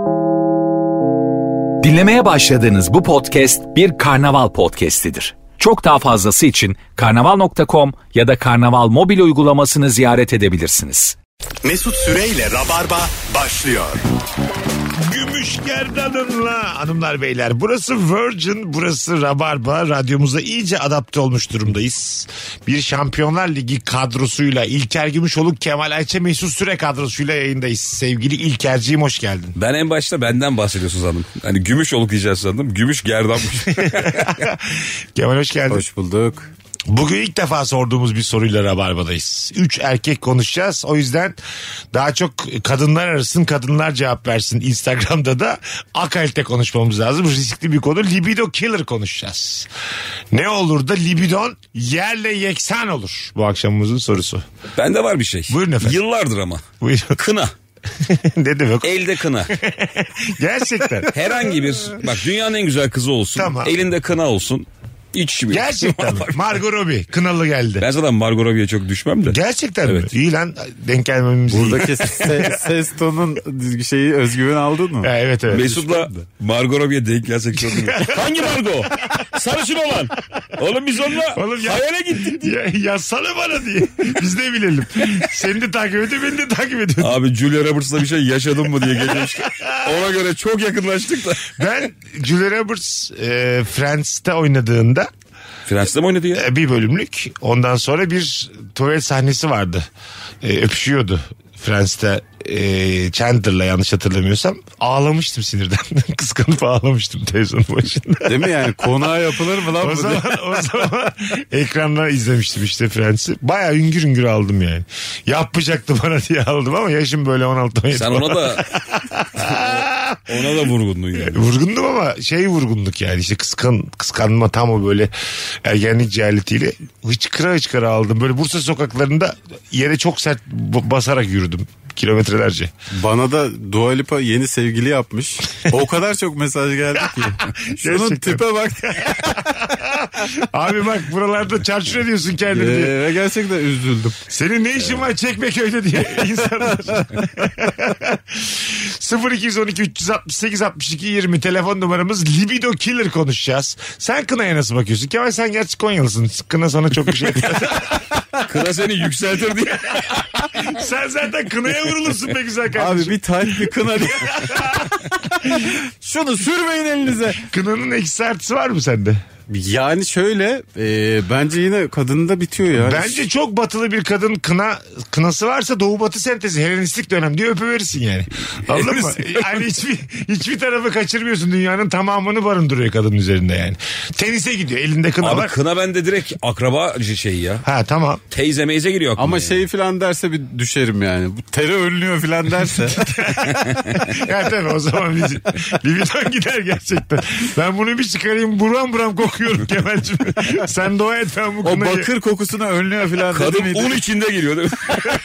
Dinlemeye başladığınız bu podcast bir karnaval podcastidir. Çok daha fazlası için karnaval.com ya da karnaval mobil uygulamasını ziyaret edebilirsiniz. Mesut Süreyle Rabarba başlıyor. Gümüş gerdanınla hanımlar beyler. Burası Virgin, burası Rabarba. Radyomuza iyice adapte olmuş durumdayız. Bir Şampiyonlar Ligi kadrosuyla İlker Gümüşoluk, Kemal Ayça, Mesut Süre kadrosuyla yayındayız. Sevgili İlkerciğim hoş geldin. Ben en başta benden bahsediyorsun sandım. Hani Gümüşoluk diyeceğiz sandım. Gümüş gerdanmış. Kemal hoş geldin. Hoş bulduk. Bugün ilk defa sorduğumuz bir soruyla Rabarba'dayız. 3 erkek konuşacağız. O yüzden daha çok kadınlar arasın, kadınlar cevap versin. Instagram'da da akalite konuşmamız lazım. Riskli bir konu. Libido killer konuşacağız. Ne olur da libidon yerle yeksan olur? Bu akşamımızın sorusu. Bende var bir şey. Buyurun efendim. Yıllardır ama. Buyurun. Kına. Ne demek? Elde kına. Gerçekten. Herhangi bir, bak dünyanın en güzel kızı olsun. Tamam. Elinde kına olsun. Hiç mi? Gerçekten mi? Margot Robbie kınalı geldi. Ben zaten Margot Robbie'ye çok düşmem de. Gerçekten mi? Evet. İyi lan, denk gelmemiz iyi. Buradaki ses tonun şeyi, özgüven aldın mı? Ha, evet. Mesut'la Margot Robbie'ye denk gelsek çok iyi. Hangi Margot? Sarışın olan. Oğlum biz onunla hayale gittik. Yazsana bana diye. Biz de bilelim. Seni de takip ediyor, beni de takip ediyor. Abi Julia Roberts'la bir şey yaşadın mı diye geçmişti. Ona göre çok yakınlaştık da. Ben Julia Roberts Friends'te oynadığında Friends'te mi oynadı ya? bir bölümlük. Ondan sonra bir tuvalet sahnesi vardı. Öpüşüyordu Friends'te Chandler'la, yanlış hatırlamıyorsam. Ağlamıştım sinirden. Kıskanıp ağlamıştım televizyonun başında. Değil mi yani? Konağa yapılır mı lan O bu? zaman ekranda izlemiştim işte Friends'i. Bayağı üngür üngür aldım yani. Yapacaktı bana diye aldım ama yaşım böyle 16-17. Sen ona da vurgundun yani. Vurgundum ama vurgunluk yani işte kıskanma tam o böyle ergenlik cehaletiyle hıçkıra aldım. Böyle Bursa sokaklarında yere çok sert basarak yürüdüm kilometrelerce. Bana da Dua Lipa yeni sevgili yapmış. O kadar çok mesaj geldi ki. Şunun Gerçekten. tipe bak. Abi bak buralarda çarçur ediyorsun kendini diye. Ve gerçekten üzüldüm. Senin ne işin var Çekmeköy'de diye insanlar. 0212 368 62 20 telefon numaramız. Libido killer konuşacağız. Sen kınaya nasıl bakıyorsun? Kemal sen gerçi Konyalısın. Kına sana çok bir şey etmez. Kına seni yükseltir diye. Sen zaten kınaya vurulursun be güzel kardeşim. Abi bir tane bir kına diye. Şunu sürmeyin elinize. Kınanın eksi artısı var mı sende? Yani şöyle bence yine kadında bitiyor ya. Bence çok batılı bir kadın kınası varsa doğu batı sentezi Helenistik dönem diye öpüverirsin yani. Anladın mı? Yani hiçbir tarafı kaçırmıyorsun, dünyanın tamamını barındırıyor kadının üzerinde yani. Tenise gidiyor, elinde kına Abi var. kına bende direkt akraba şeyi ya. Ha tamam. Teyze meyze giriyor aklıma. Ama yani. şey filan derse bir düşerim yani. Bu teri önlüyor filan derse. Ya tabii o zaman libidon gider gerçekten. Ben bunu bir çıkarayım, buram kokuyorum Kemal'cim. Sen dua et, ben bu O kınayı... bakır kokusunu önlüyor filan. Kadın un içinde giriyor değil mi?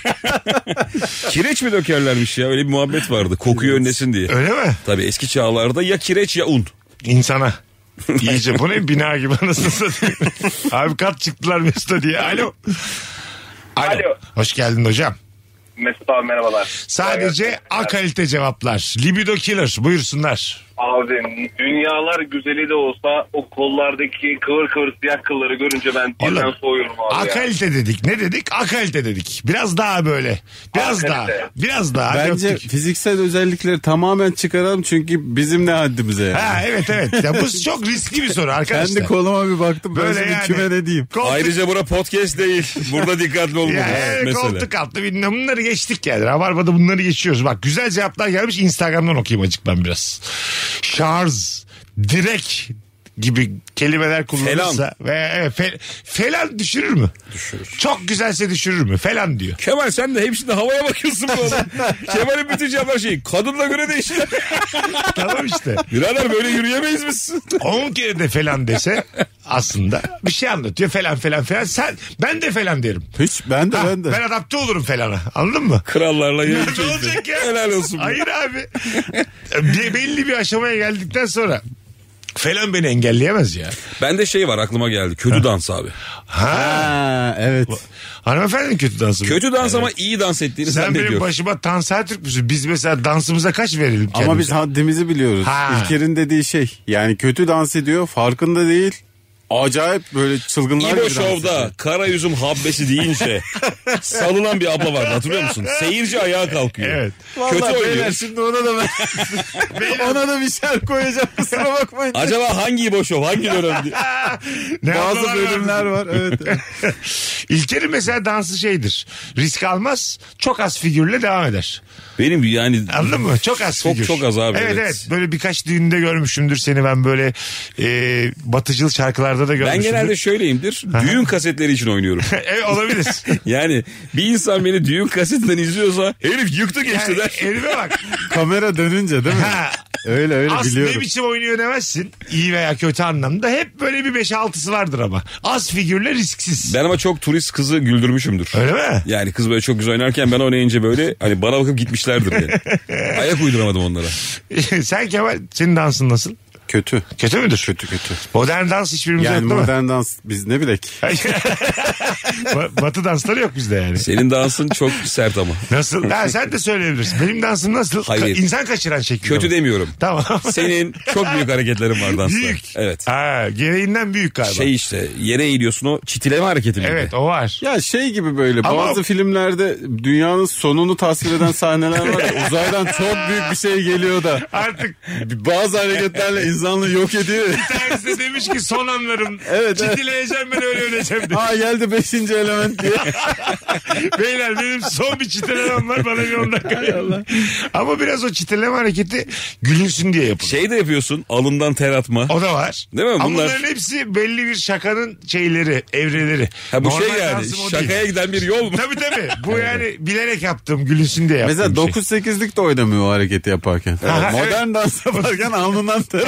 Kireç mi dökerlermiş ya? Öyle bir muhabbet vardı. Kokuyu önlesin diye. Öyle mi? Tabii eski çağlarda ya kireç ya un. İnsana. İyice bu ne bina gibi anasını satayım. Abi kat çıktılar Mesut'a diye. Alo. Alo. Hoş geldin hocam. Mesut abi merhabalar. Sadece A kalite cevaplar. Libido killer buyursunlar. Abi dünyalar güzeli de olsa o kollardaki kıvır siyah kılları görünce ben birden Oğlum, soğuyorum abi A ya. kalite dedik. Ne dedik? A kalite dedik. Biraz daha böyle. Biraz daha. Bence Döktük. fiziksel özellikleri tamamen çıkaralım çünkü bizim ne haddimize yani. Ha evet. Ya bu çok riskli bir soru arkadaşlar. Kendi koluma bir baktım. Böyle Böyle yani. kime ne diyeyim. Ayrıca bura podcast değil. Burada dikkatli olmalı. Yani Mesela. koltuk altı bilmem, bunları geçtik yani. Rabarba'da bunları geçiyoruz. Bak güzel cevaplar gelmiş. Instagram'dan okuyayım azıcık ben biraz. Şarj, direk gibi kelimeler kullanırsa ve falan düşürür mü? Düşürür. Çok güzelse düşürür mü? Falan diyor. Kemal sen de hepsinde havaya bakıyorsun bu arada. Kemal'in bütün cevaplar şey kadınla göre değişir. Tamam işte. Birader böyle yürüyemeyiz biz. 10 kere de falan dese aslında bir şey anlatıyor falan. Ben de falan derim. Hiç ben de. Ben adapte olurum falana. Anladın mı? Krallarla yayın Ne olacak ya? Helal olsun. Hayır abi. Belli bir aşamaya geldikten sonra falan beni engelleyemez ya. Bende şey var aklıma geldi. Kötü dans abi. Ha Evet. Hanımefendinin kötü dansı mı? Kötü dans ama iyi dans ettiğini Sen benim zannediyor. başıma Tansel Türk müsün? Biz mesela dansımıza kaç verelim kendimize? Ama biz haddimizi biliyoruz. Ha. İlker'in dediği şey. Yani kötü dans ediyor, farkında değil. Acayip böyle çılgınlar gibi İbo dans ediyor. Show'da kara yüzüm habbesi deyince salınan bir abla vardı, hatırlıyor musun? Seyirci ayağa kalkıyor. Evet. Kötü Vallahi oynuyor. beyler şimdi ona da ona da bir şarkı koyacağım, kusura bakmayın. Acaba hangi İbo Show, hangi dönem diye. Ne Bazı ablalar bölümler var. Evet. İlker'in mesela dansı şeydir. Risk almaz. Çok az figürle devam eder. Benim yani Anladın mı? Çok az Çok- figür. çok az abi, Evet evet. evet. Böyle birkaç düğünde görmüşümdür seni ben böyle batıcıl şarkılarda da ben görmüşümdür. genelde şöyleyimdir. Düğün kasetleri için oynuyorum. Evet olabilir. Yani bir insan beni düğün kasetinden izliyorsa herif yıktı geçti Yani, der. herife bak. Kamera dönünce değil mi? Ha, Öyle az biliyorum. ne biçim oynuyor demezsin. İyi veya kötü anlamda. Hep böyle bir 5-6'sı vardır ama. Az figürle risksiz. Ben ama çok turist kızı güldürmüşümdür. Öyle mi? Yani kız böyle çok güzel oynarken ben oynayınca böyle hani bana bakıp gitmişlerdir yani. Ayak uyduramadım onlara. Sen Kemal, senin dansın nasıl? Kötü. Kötü müdür? Kötü. Modern dans hiçbirimiz Yani yok değil mi? modern dans biz ne bilek. Batı dansları yok bizde yani. Senin dansın çok sert ama. Nasıl? Ha, sen de söyleyebilirsin. Benim dansım nasıl? Hayır. İnsan kaçıran şekilde. Kötü mi? demiyorum. Tamam. Senin çok büyük hareketlerin var dansta. Büyük. Evet. Ha, gereğinden büyük galiba. Şey işte yere eğiliyorsun, o çitileme hareketi mi? Evet o var. Ya şey gibi böyle Ama- bazı filmlerde dünyanın sonunu tasvir eden sahneler var ya, uzaydan çok büyük bir şey geliyor da Artık bazı hareketlerle insanlığı yok ediyor. bir tanesi de demiş ki son anlarım. Evet, evet. Çitileyeceğim ben öyle öleceğim diye. Aa geldi 5. element diye. Beyler benim son bir çitelemem var bana bir 10 dakika verin. Ama biraz o çiteleme hareketi gülünsün diye yapılır. Şey de yapıyorsun, alından ter atma. O da var. Değil mi? Ama Bunlar- bunların hepsi belli bir şakanın şeyleri, evreleri. Ha bu Normal şey yani dansım o şakaya değil. giden bir yol mu? Tabii tabii. Bu yani bilerek yaptığım, gülünsün diye yaptığım Mesela bir şey. 9-8'lik de oynamıyor o hareketi yaparken. Aha, Modern dans yaparken alnından ter.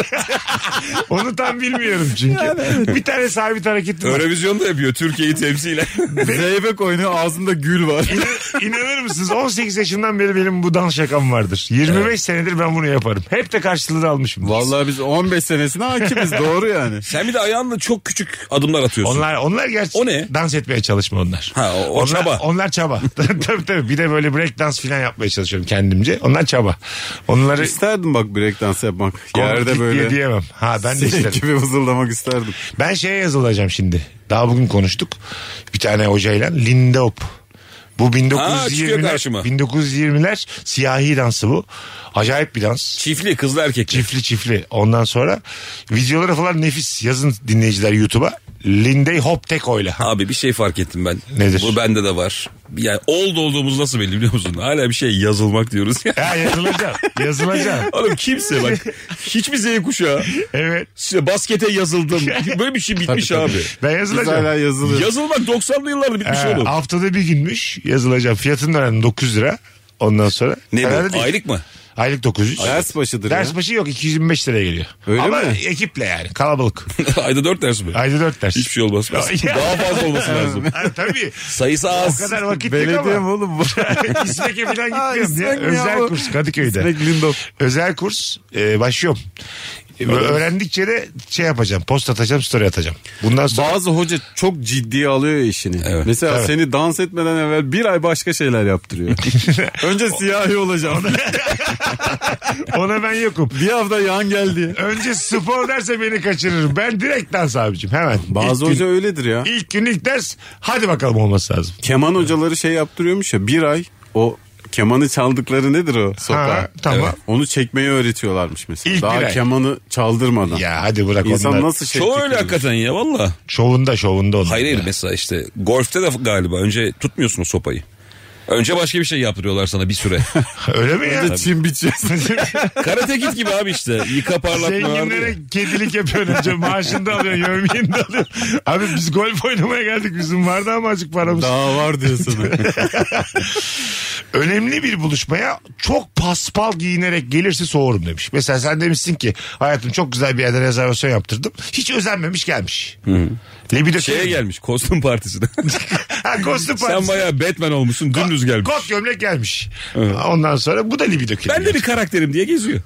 Onu tam bilmiyorum çünkü. Bir tane sabit hareketim var. Eurovizyonda yapıyor Türkiye'yi temsilen. Zeybek oynuyor, ağzında gül var. İnanır mısınız 18 yaşından beri benim bu dans şakam vardır. 25 senedir ben bunu yaparım. Hep de karşılığını almışım. Vallahi biz 15 senesine hakimiz, doğru yani. Sen bir de ayağınla çok küçük adımlar atıyorsun. Onlar gerçi O ne? dans etmeye çalışma onlar. Ha, o onlar, çaba. Onlar çaba. tabii. Bir de böyle break dans falan yapmaya çalışıyorum kendimce. Onlar çaba. Onları İsterdim bak break dans yapmak. Yerde komiklik diye böyle diyemem. Ha ben de senin isterim. gibi vızıldamak isterdim. Ben şeye yazılacağım şimdi. Daha bugün konuştuk. Bir tane hocayla Lindy Hop. Bu çıkıyor 1920'ler, karşıma. 1920'ler siyahi dansı bu. Acayip bir dans. Çiftli, kızlı erkekli. Çiftli. Ondan sonra videoları falan nefis. Yazın dinleyiciler YouTube'a. Lindy Hop Teko'yla. Abi bir şey fark ettim ben. Nedir? Bu bende de var. Yani old olduğumuz nasıl belli biliyor musun? Hala bir şey yazılmak diyoruz. Ha yazılacağım. Oğlum kimse bak hiçbir Z kuşağı Evet. işte baskete yazıldım. Böyle bir şey bitmiş abi. Ben Biz yazılacağım. hala yazılıyor. Yazılmak 90'lı yıllarda bitmiş oğlum. Haftada bir günmüş yazılacağım. Fiyatını öğrendim 9 lira. Ondan sonra. Ne Herhalde bu? değil. Aylık mı? Aylık 900. Ders başıdır Ders ya. başı yok 225 liraya geliyor. Öyle Ama mi? ekiple yani kalabalık. Ayda 4 ders mi? Ayda 4 ders. Hiçbir şey olmaz. Daha fazla olması lazım. Ha, tabii. Sayısı O az. kadar vakit yok Belediye mi ama. oğlum bu? İsmek'e falan Ha, gitmiyorum diye. İsmek mi ya Özel bu? kurs Kadıköy'de. İsmek Lindop. Özel kurs başlıyorum. Öğrendikçe de şey yapacağım. Post atacağım, story atacağım. Bundan sonra Bazı hoca çok ciddiye alıyor ya işini. Evet. Mesela Evet. seni dans etmeden evvel bir ay başka şeyler yaptırıyor. Önce siyahi olacağım. ona ben yokum. Bir hafta yan geldi. Önce spor derse beni kaçırır. Ben direkt dans abicim hemen. Bazı İlk hoca gün, öyledir ya. ilk gün ilk ders hadi bakalım olması lazım. Keman hocaları şey yaptırıyormuş ya, bir ay o kemanı çaldıkları nedir o sokağa? Ha, tamam. Evet. Onu çekmeyi öğretiyorlarmış mesela. İlk bir Daha ay. kemanı çaldırmadan. Ya hadi bırak İnsan onlar. nasıl şey Çoğu öyle çekilir? hakikaten ya valla. Şovunda onlar. Hayır Ya. mesela işte golfte de galiba önce tutmuyorsun o sopayı. Önce başka bir şey yaptırıyorlar sana bir süre. Öyle mi ya? Önce çim biçiyorsun. Karate Kid gibi abi işte. Yıka parlatma vardı Zenginlere ya. kedilik yapıyorsun önce. Maaşını da alıyorsun. Yövmeyeni de alıyorsun. Abi biz golf oynamaya geldik. Bizim vardı ama azıcık paramız. Daha var diyorsun. Önemli bir buluşmaya çok paspal giyinerek gelirse soğurum demiş. Mesela sen demişsin ki hayatım çok güzel bir yerden rezervasyon yaptırdım. Hiç özenmemiş gelmiş. Libido Şeye gelmiş kostüm partisine. Ha, kostüm Sen partisi. bayağı Batman olmuşsun dümdüz gelmiş. Kot gömlek gelmiş. Ondan sonra bu da libido kirli. Ben de bir karakterim diye geziyor.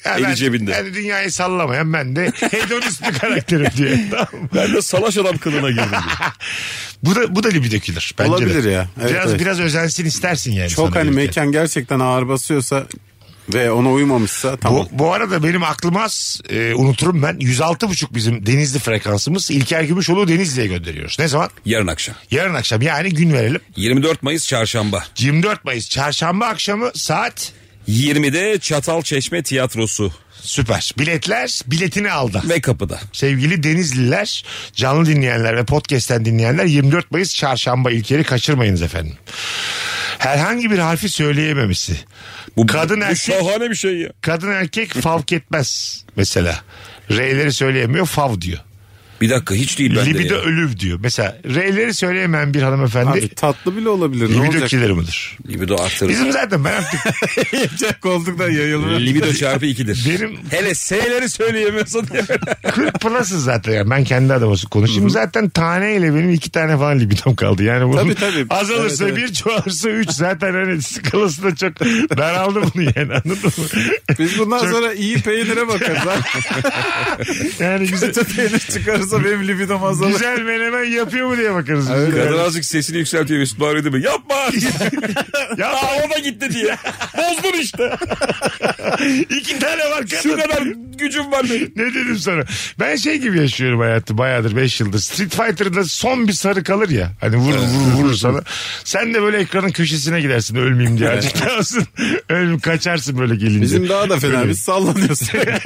Eli cebinde. Yani dünyayı sallamayan ben de hedonist bir karakterim diye. Tamam mı? Ben de salaş adam kılığına girdim diye. Bu da libido killer bence Olabilir de. ya. Evet. Biraz özensin istersin yani. Çok sana hani gelirken. mekan gerçekten ağır basıyorsa ve ona uymamışsa tamam. Bu arada benim aklım az unuturum ben. 106.5 bizim Denizli frekansımız. İlker Gümüşoğlu Denizli'ye gönderiyoruz. Ne zaman? Yarın akşam. Yarın akşam, yani gün verelim. 24 Mayıs Çarşamba. 24 Mayıs Çarşamba akşamı saat 20'de Çatalçeşme Tiyatrosu süper. Biletini aldı. ve kapıda. Sevgili Denizliler, canlı dinleyenler ve podcast'ten dinleyenler 24 Mayıs Çarşamba İlker'i kaçırmayınız efendim. Herhangi bir harfi söyleyememesi. Bu erkek, şahane bir şey ya. kadın erkek favk etmez mesela. R'leri söyleyemiyor, fav diyor. Bir dakika hiç değil bende Libido ya. ölüv diyor. Mesela R'leri söyleyemeyen bir hanımefendi Abi tatlı bile olabilir. Ne libido olacak? killer mıdır? Libido artırır. Bizim zaten ben artık Koltuktan yayılır. Libido çarpı 2'dir. benim Hele S'leri söyleyemiyorsa diye. 40 plus'ız zaten yani. Ben kendi adıma konuşayım. Zaten taneyle benim 2 tane falan libidom kaldı. Yani bunun Tabii. azalırsa Evet, 1, çoğalırsa 3. Zaten hani skalası da çok daraldı bunu yani, anladın mı? Biz bundan Çok- sonra iyi peynire bakarız. Yani güzel, Kötü peynir çıkarırsa benim libidom azalır. güzel menemen yapıyor mu diye bakarız. Evet. Kadın azıcık sesini yükseltiyor Mesut Bahri değil mi? Yapma. Ya O da gitti diye. Bozdun işte. 2 tane var kadın. Şu kadar gücüm var benim. Ne dedim sana? Ben şey gibi yaşıyorum hayatı bayağıdır, 5 yıldır. Street Fighter'da son bir sarı kalır ya. Hani vurur sana. Sen de böyle ekranın köşesine gidersin ölmeyeyim diye. Acıkta olsun. Ölmeyeyim, kaçarsın böyle gelince. Bizim daha da fena. Biz sallanıyoruz.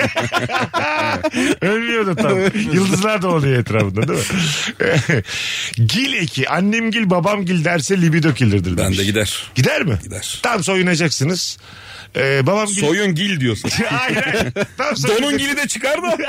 Ölmüyor da tam. Yıldızlar da oluyor etrafında değil mi? Gil eki. Annemgil babamgil derse libido killer'dır demiş. Ben de gider. Gider mi? Gider. Tam soyunacaksınız. Babamgil... Soyun gil diyorsun. Hayır. Tam Donun soyunacaksınız. gili de çıkar da.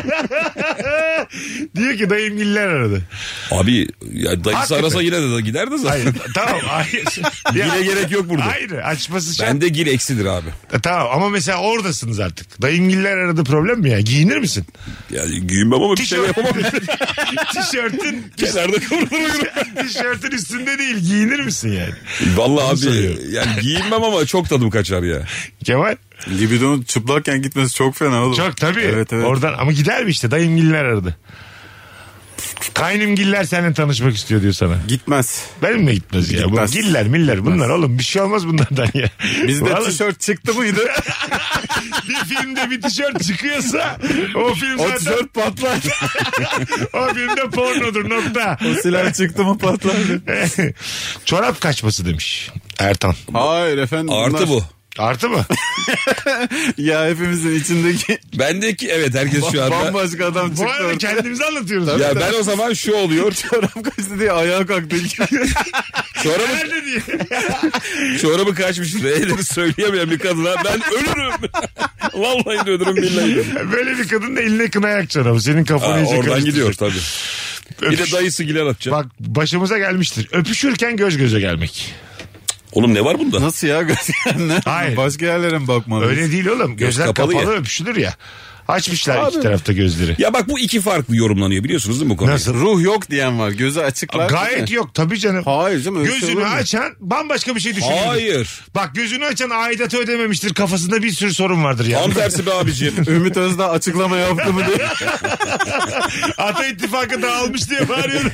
Diyor ki dayımgiller aradı. Abi ya dayısı Hakikaten. arasa yine de gider de zaten. Hayır. Tamam. Hayır. Gile gerek yok burada. Hayır. Açması şart. Bende gil eksidir abi. Tamam ama mesela oradasınız artık. Dayımgiller aradı, problem mi ya? Giyinir misin? Yani giyinmem ama bir şey yapamam. Tişörtün Kenarda kıvrılırım. tişörtün üstünde değil, giyinir misin yani? Vallahi Onu abi söylüyorum. yani giyinmem ama çok tadım kaçar ya. Kemal? Libidonun çıplakken gitmesi çok fena oğlum. Çok tabii. Evet. Oradan ama gider mi işte? Dayımgiller aradı. Kaynımgiller seninle tanışmak istiyor diyor sana. Gitmez. Benim de gitmez ya. Bu Gitmez. giller miller bunlar oğlum, bir şey olmaz bunlardan ya. Bizde Vallahi tişört çıktı mıydı? bir filmde bir tişört çıkıyorsa o film O zaten tişört patlar. o filmde pornodur, nokta. O silah çıktı mı patlar. Çorap kaçması demiş Ertan. Hayır efendim. Artı bunlar- bu. Artı mı? Ya hepimizin içindeki Bendeki evet herkes şu anda. bambaşka adam Bu çıktı arada ortaya. kendimizi anlatıyoruz. Ya ben o zaman şu oluyor. Çorap kaçtı diye ayağa kalktı. Çorabı, Nerede diye. çorabı kaçmış. R'leri söyleyemeyen bir kadına ben ölürüm. Vallahi de ölürüm billahi de. Böyle bir kadın da eline kına yak çorabı. Senin kafanı Aa, iyice oradan karıştıracak. gidiyor tabii. Bir de dayısı giler atacak. Bak başımıza gelmiştir. Öpüşürken göz göze gelmek. Oğlum ne var bunda? Nasıl ya? Hayır. Başka yerlere mi bakmalıyız? Öyle değil oğlum. Gözler kapalı kapalı ya. öpüşülür ya. Açmışlar iki tarafta gözleri. Ya bak bu iki farklı yorumlanıyor biliyorsunuz değil mi bu konuyu? Nasıl? Ruh yok diyen var. Gözü açıklar. Gayet yok tabii canım. Hayır canım. öyle şey olur Gözünü mu? açan bambaşka bir şey düşünüyor. Hayır. Bak gözünü açan aidatı ödememiştir. Kafasında bir sürü sorun vardır yani. Tam tersi be abicim. Ümit Özdağ açıklama yaptı mı diye. Ata ittifakı dağılmış diye bağırıyorum.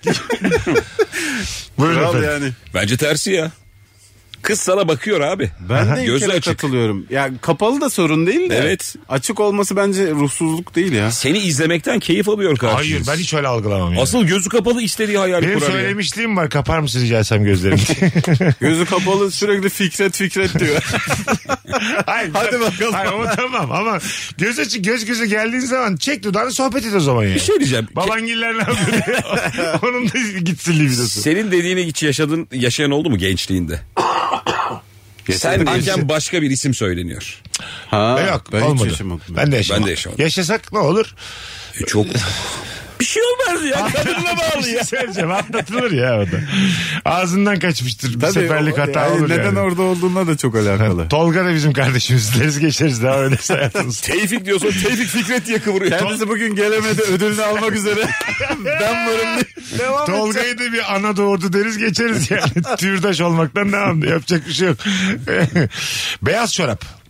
Buyurun Kral efendim. yani. Bence tersi ya. Kız sana bakıyor abi. Ben de Gözü ilk kere açık. katılıyorum. Ya kapalı da sorun değil de. Evet. Açık olması bence ruhsuzluk değil ya. Seni izlemekten keyif alıyor karşınız. Hayır ben hiç öyle algılamam yani. Asıl gözü kapalı istediği hayali Benim kurar ya. söylemişliğim var. Kapar mısın rica etsem gözlerimi? Gözü kapalı sürekli Fikret diyor. Hayır, Hadi bakalım. Hayır o tamam ama göz açık göz göze geldiğin zaman çek dudağını sohbet et o zaman yani. Bir şey diyeceğim. Babangiller ne yapıyor diye. Onun da gitsin libidosu. Senin dediğini hiç yaşayan oldu mu gençliğinde? Sen deyken başka bir isim söyleniyor. Ha, Yok ben olmadı. hiç yaşamadım. Ben de yaşamadım. Ben de yaşamadım. Yaşasak ne olur? Çok... bir şey olmaz ya. Kadınla bağlı Bir ya. şey söyleyeceğim, atlatılır ya o da. Ağzından kaçmıştır. Bir seferlik hata yani olur neden yani. orada olduğuna da çok alakalı. Tolga da bizim kardeşimiz. Deriz geçeriz daha öyle hayatımız. Tevfik diyorsun. Tevfik Fikret diye kıvırıyor. Kendisi bugün gelemedi, ödülünü almak üzere. Ben varım diye. Devam edeceğim. Tolga'yı da bir ana doğurdu deriz geçeriz yani. Türdaş olmaktan devam. Yapacak bir şey yok. Beyaz çorap.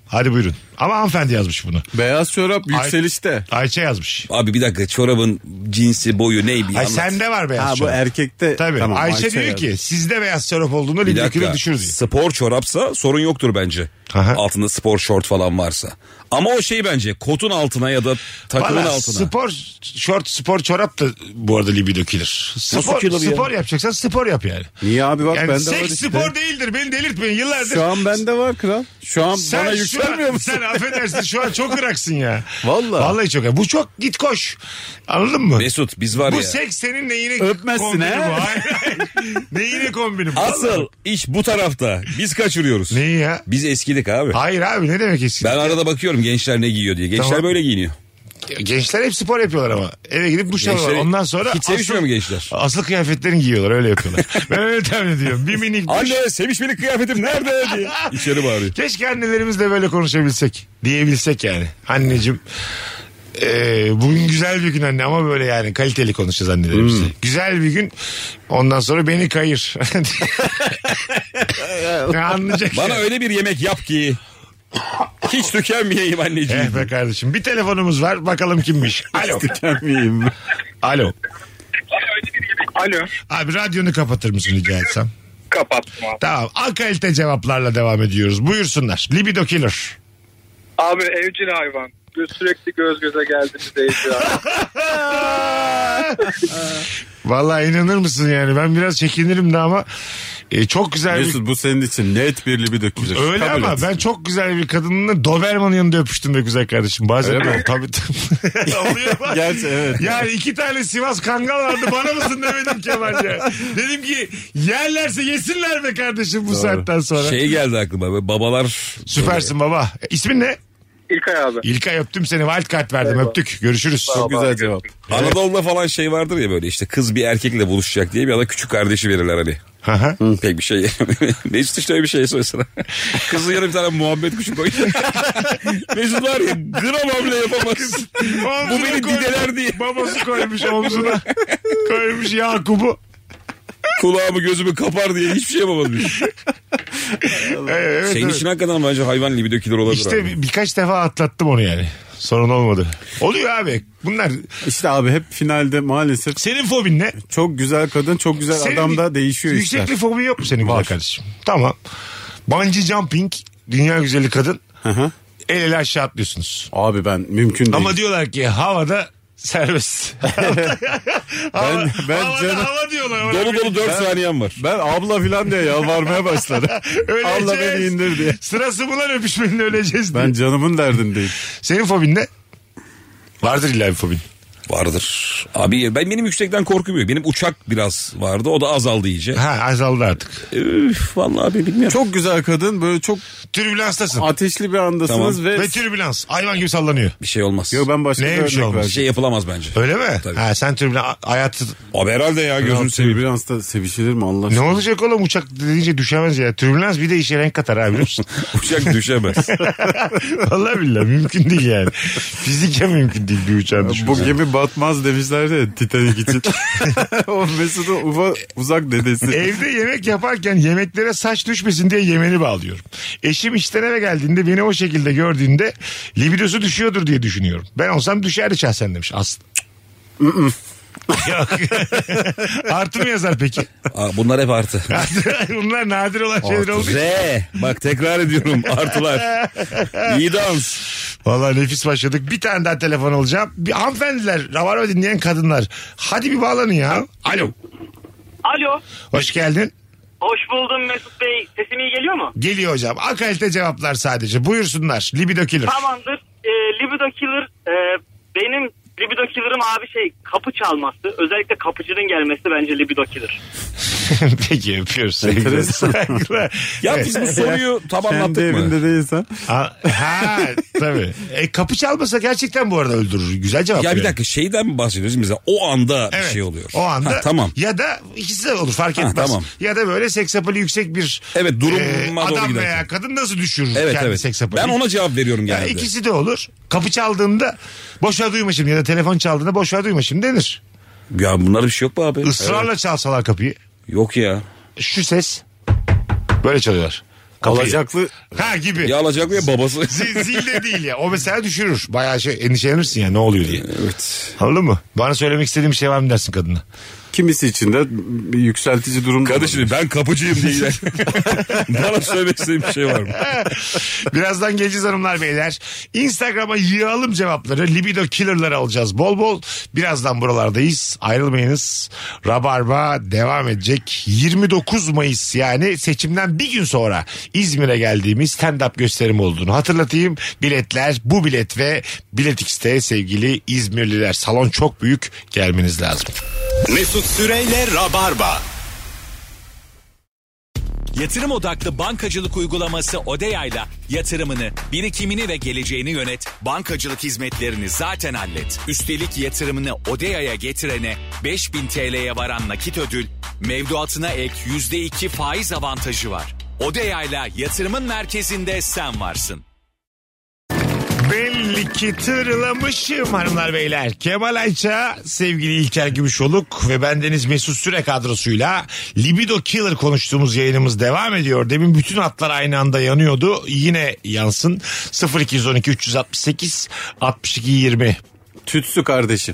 Hadi buyurun. Ama hanımefendi yazmış bunu. Beyaz çorap yükselişte. Ayça yazmış. Abi bir dakika, çorabın cinsi, boyu ne bir Ay anlat. sende var beyaz Ha, bu çorap. erkekte. Tabii. Tamam, Ayşe diyor yazdı. ki sizde beyaz çorap olduğunda Bir libido dakika, düşür diyor. spor çorapsa sorun yoktur bence. Aha. Altında spor şort falan varsa. Ama o şey bence kotun altına ya da takımın Valla altına. spor şort, spor çorap da bu arada libido killer. Spor, killer ya? spor yapacaksan spor yap yani. Niye abi, bak Yani bende var seks işte. spor değildir, beni delirtmeyin yıllardır. Şu an bende var kral. Şu an bana yükselmiyor musun? Sen affedersin şu an çok ıraksın ya. Vallahi. Vallahi çok. Bu çok git koş. Anladın mı? Mesut biz var Bu ya. seks senin neyine Öpmezsin kombini ha? bu? Hayır, hayır. Neyine kombini bu? Asıl Vallahi. iş bu tarafta. Biz kaçırıyoruz. Neyi ya? Biz eskidik abi. Hayır abi ne demek eski? Ben arada bakıyorum gençler ne giyiyor diye. Gençler Tamam. böyle giyiniyor. Gençler hep spor yapıyorlar ama. Eve gidip duş alıyorlar. Gençleri Ondan sonra hiç sevişmiyor mu gençler? Asıl kıyafetlerini giyiyorlar, öyle yapıyorlar. Ben öyle tahmin ediyorum. Bir minik duş. Anne sevişmelik kıyafetim nerede diye. İçeri bağırıyor. Keşke annelerimiz de böyle konuşabilsek. Diyebilsek yani. Anneciğim bugün güzel bir gün anne, ama böyle yani kaliteli konuşacağız annelerimizle. Güzel bir gün, ondan sonra beni kayır. Anlayacak. Bana ya. öyle bir yemek yap ki hiç tükenmeyeyim anneciğim. Be kardeşim, bir telefonumuz var, bakalım kimmiş. Alo. Tükenmeyeyim. Alo. Alo. Abi radyonu kapatır mısın rica etsem? Kapattım abi. Tamam, kalite cevaplarla devam ediyoruz. Buyursunlar. Libido killer. Abi evcil hayvan. Sürekli göz göze geldiğimiz evcil hayvan. Vallahi inanır mısın yani, ben biraz çekinirim de ama çok güzel bir... Mesut, bu senin için net bir libido killer. Öyle Kabul ama et. ben çok güzel bir kadınla Doberman'ın yanında öpüştüm be güzel kardeşim. Bazen Öyle mi? tabii. Oluyor bak. Gerçi evet. Yani 2 tane Sivas Kangal vardı, bana mısın demedim Kemal ya. Dedim ki yerlerse yesinler be kardeşim bu saatten sonra. Şey geldi aklıma, böyle babalar. Süpersin baba. İsmin ne? İlkay abi. İlkay, öptüm seni, wildcard verdim. Eyvallah. Öptük, görüşürüz. Çok güzel cevap. Anadolu'da falan şey vardır ya, böyle işte kız bir erkekle buluşacak diye bir ya da küçük kardeşi verirler hani. Aha. Pek bir şey. Mesut işte öyle bir şey söylesene. Kızın yanına bir tane muhabbet kuşu koy. Mesut var ya, gram hamle yapamaz. Bu Omzuna beni koymuş, dideler diye. babası koymuş omzuna. Koymuş Yakup'u. Kulağımı gözümü kapar diye hiçbir şey yapamamış. Evet, Senin evet. için hakikaten bence hayvan libido killer olabilir. İşte abi. birkaç defa atlattım onu yani. Sorun olmadı. Oluyor abi. Bunlar İşte abi hep finalde maalesef senin fobin ne? çok güzel kadın, çok güzel Senin adam da değişiyor işler. yükseklik fobin yok mu senin güzel Var. kardeşim? Tamam. Bungee jumping, dünya güzeli kadın, Hı hı. el ele aşağı atlıyorsunuz. Abi ben mümkün değil. Ama diyorlar ki havada serbest. ben havada canım- hava diyorlar. ona. Dolu dolu 4 saniyem var. Ben abla filan diye yalvarmaya başladım. Öleceğiz. Abla beni indir diye. Sırası mı lan öpüşmenin, öleceğiz diye. Ben canımın derdindeyim. Senin fobin ne? Vardır illa bir fobin. Vardır. Abi benim yüksekten korkum yok. Benim uçak biraz vardı. O da azaldı iyice. Ha, azaldı artık. Üf, vallahi abi bilmiyorum. Çok güzel kadın, böyle çok Türbülanstasın. ateşli bir andasınız Tamam. ve... Ve türbülans. Hayvan gibi sallanıyor. Bir şey olmaz. Yo, ben başka Neye bir bir şey örnek olmaz? Bir vereceğim. şey yapılamaz bence. Öyle mi? Tabii. Ha, sen türbülans hayatı... Abi herhalde ya, gözünü seveyim. Türbülansta sevişilir mi Allah Ne aşkına? olacak oğlum, uçak deyince düşemez ya. Türbülans bir de işe renk katar abi, biliyor musun? Uçak düşemez. Vallahi billahi mümkün değil yani. Fiziken mümkün değil bir uçağın düşmesi. Bu gemi batmaz demişlerdi ya Titanic için. O Mesut'un uzak dedesi. Evde yemek yaparken yemeklere saç düşmesin diye yemeni bağlıyorum. Eşim işten eve geldiğinde beni o şekilde gördüğünde libidosu düşüyordur diye düşünüyorum. Ben olsam düşerdi şahsen demiş Aslı. Yok. Artı mı yazar peki? Aa, bunlar hep artı. Bunlar nadir olan şeyler oldu. Bak tekrar ediyorum, artılar. İyi dans. Vallahi nefis başladık. Bir tane daha telefon alacağım. Bir hanımefendiler, Rabarba dinleyen kadınlar. Hadi bir bağlanın ya. Alo. Alo. Hoş geldin. Hoş buldum Mesut Bey. Sesim iyi geliyor mu? Geliyor hocam. Akalite cevaplar sadece. Buyursunlar. Libido killer. Tamamdır. Libido killer benim libido killer'ım abi kapı çalması. Özellikle kapıcının gelmesi bence libido killer. Peki, öpüyoruz. Sevgiler. Enteresan. Saygılar. Ya biz bu soruyu tam Kendi anlattık mı? evinde değilsen. Ha, tabii. Kapı çalmasa gerçekten bu arada öldürür. Güzel cevap. Ya bir yani. dakika, şeyden mi bahsediyoruz mesela? O anda Evet, bir şey oluyor. O anda. Ha, tamam. Ya da ikisi de olur, fark etmez. Tamam. Ya da böyle seks apali yüksek bir Evet, duruma doğru adam giderken. veya kadın nasıl düşürür Evet kendi evet. seks apali? Ben ona cevap veriyorum Ya genelde. ikisi de olur. Kapı çaldığında boş ver duymaşım ya da telefon çaldığında boş ver duymaşım denir. Ya bunlar bir şey yok mu abi? Israrla çalsalar kapıyı. Yok ya. Şu ses böyle çalıyorlar. Kapıyı. Alacaklı Ha gibi. Ya alacaklı ya babası. Zil de değil ya. O mesela düşürür. Bayağı endişelenirsin ya ne oluyor diye. Evet. Anladın mı? Bana söylemek istediğim bir şey var mı dersin kadına? kimisi için de bir yükseltici durum da Kardeşim olabilir. ben kapıcıyım diye. Bana söylemek istediğin bir şey var mı? Birazdan geleceğiz hanımlar beyler. Instagram'a yığalım cevapları. Libido killer'ları alacağız bol bol. Birazdan buralardayız. Ayrılmayınız. Rabarba devam edecek. 29 Mayıs yani seçimden bir gün sonra İzmir'e geldiğimiz stand-up gösterim olduğunu hatırlatayım. Biletler bu bilet ve Bilet X'te sevgili İzmirliler. Salon çok büyük, gelmeniz lazım. Mesut Süreyle Rabarba. Yatırım odaklı bankacılık uygulaması Odeya'yla yatırımını, birikimini ve geleceğini yönet. Bankacılık hizmetlerini zaten hallet. Üstelik yatırımını Odeya'ya getirene 5.000 TL'ye varan nakit ödül, mevduatına ek %2 faiz avantajı var. Odeya'yla yatırımın merkezinde sen varsın. Belli ki tırlamışım hanımlar beyler. Kemal Ayça, sevgili İlker Gümüşoluk ve bendeniz Mesut Süre kadrosuyla Libido Killer konuştuğumuz yayınımız devam ediyor. Demin bütün hatlar aynı anda yanıyordu. Yine yansın. 0212 368 62 20. Tütsü kardeşim.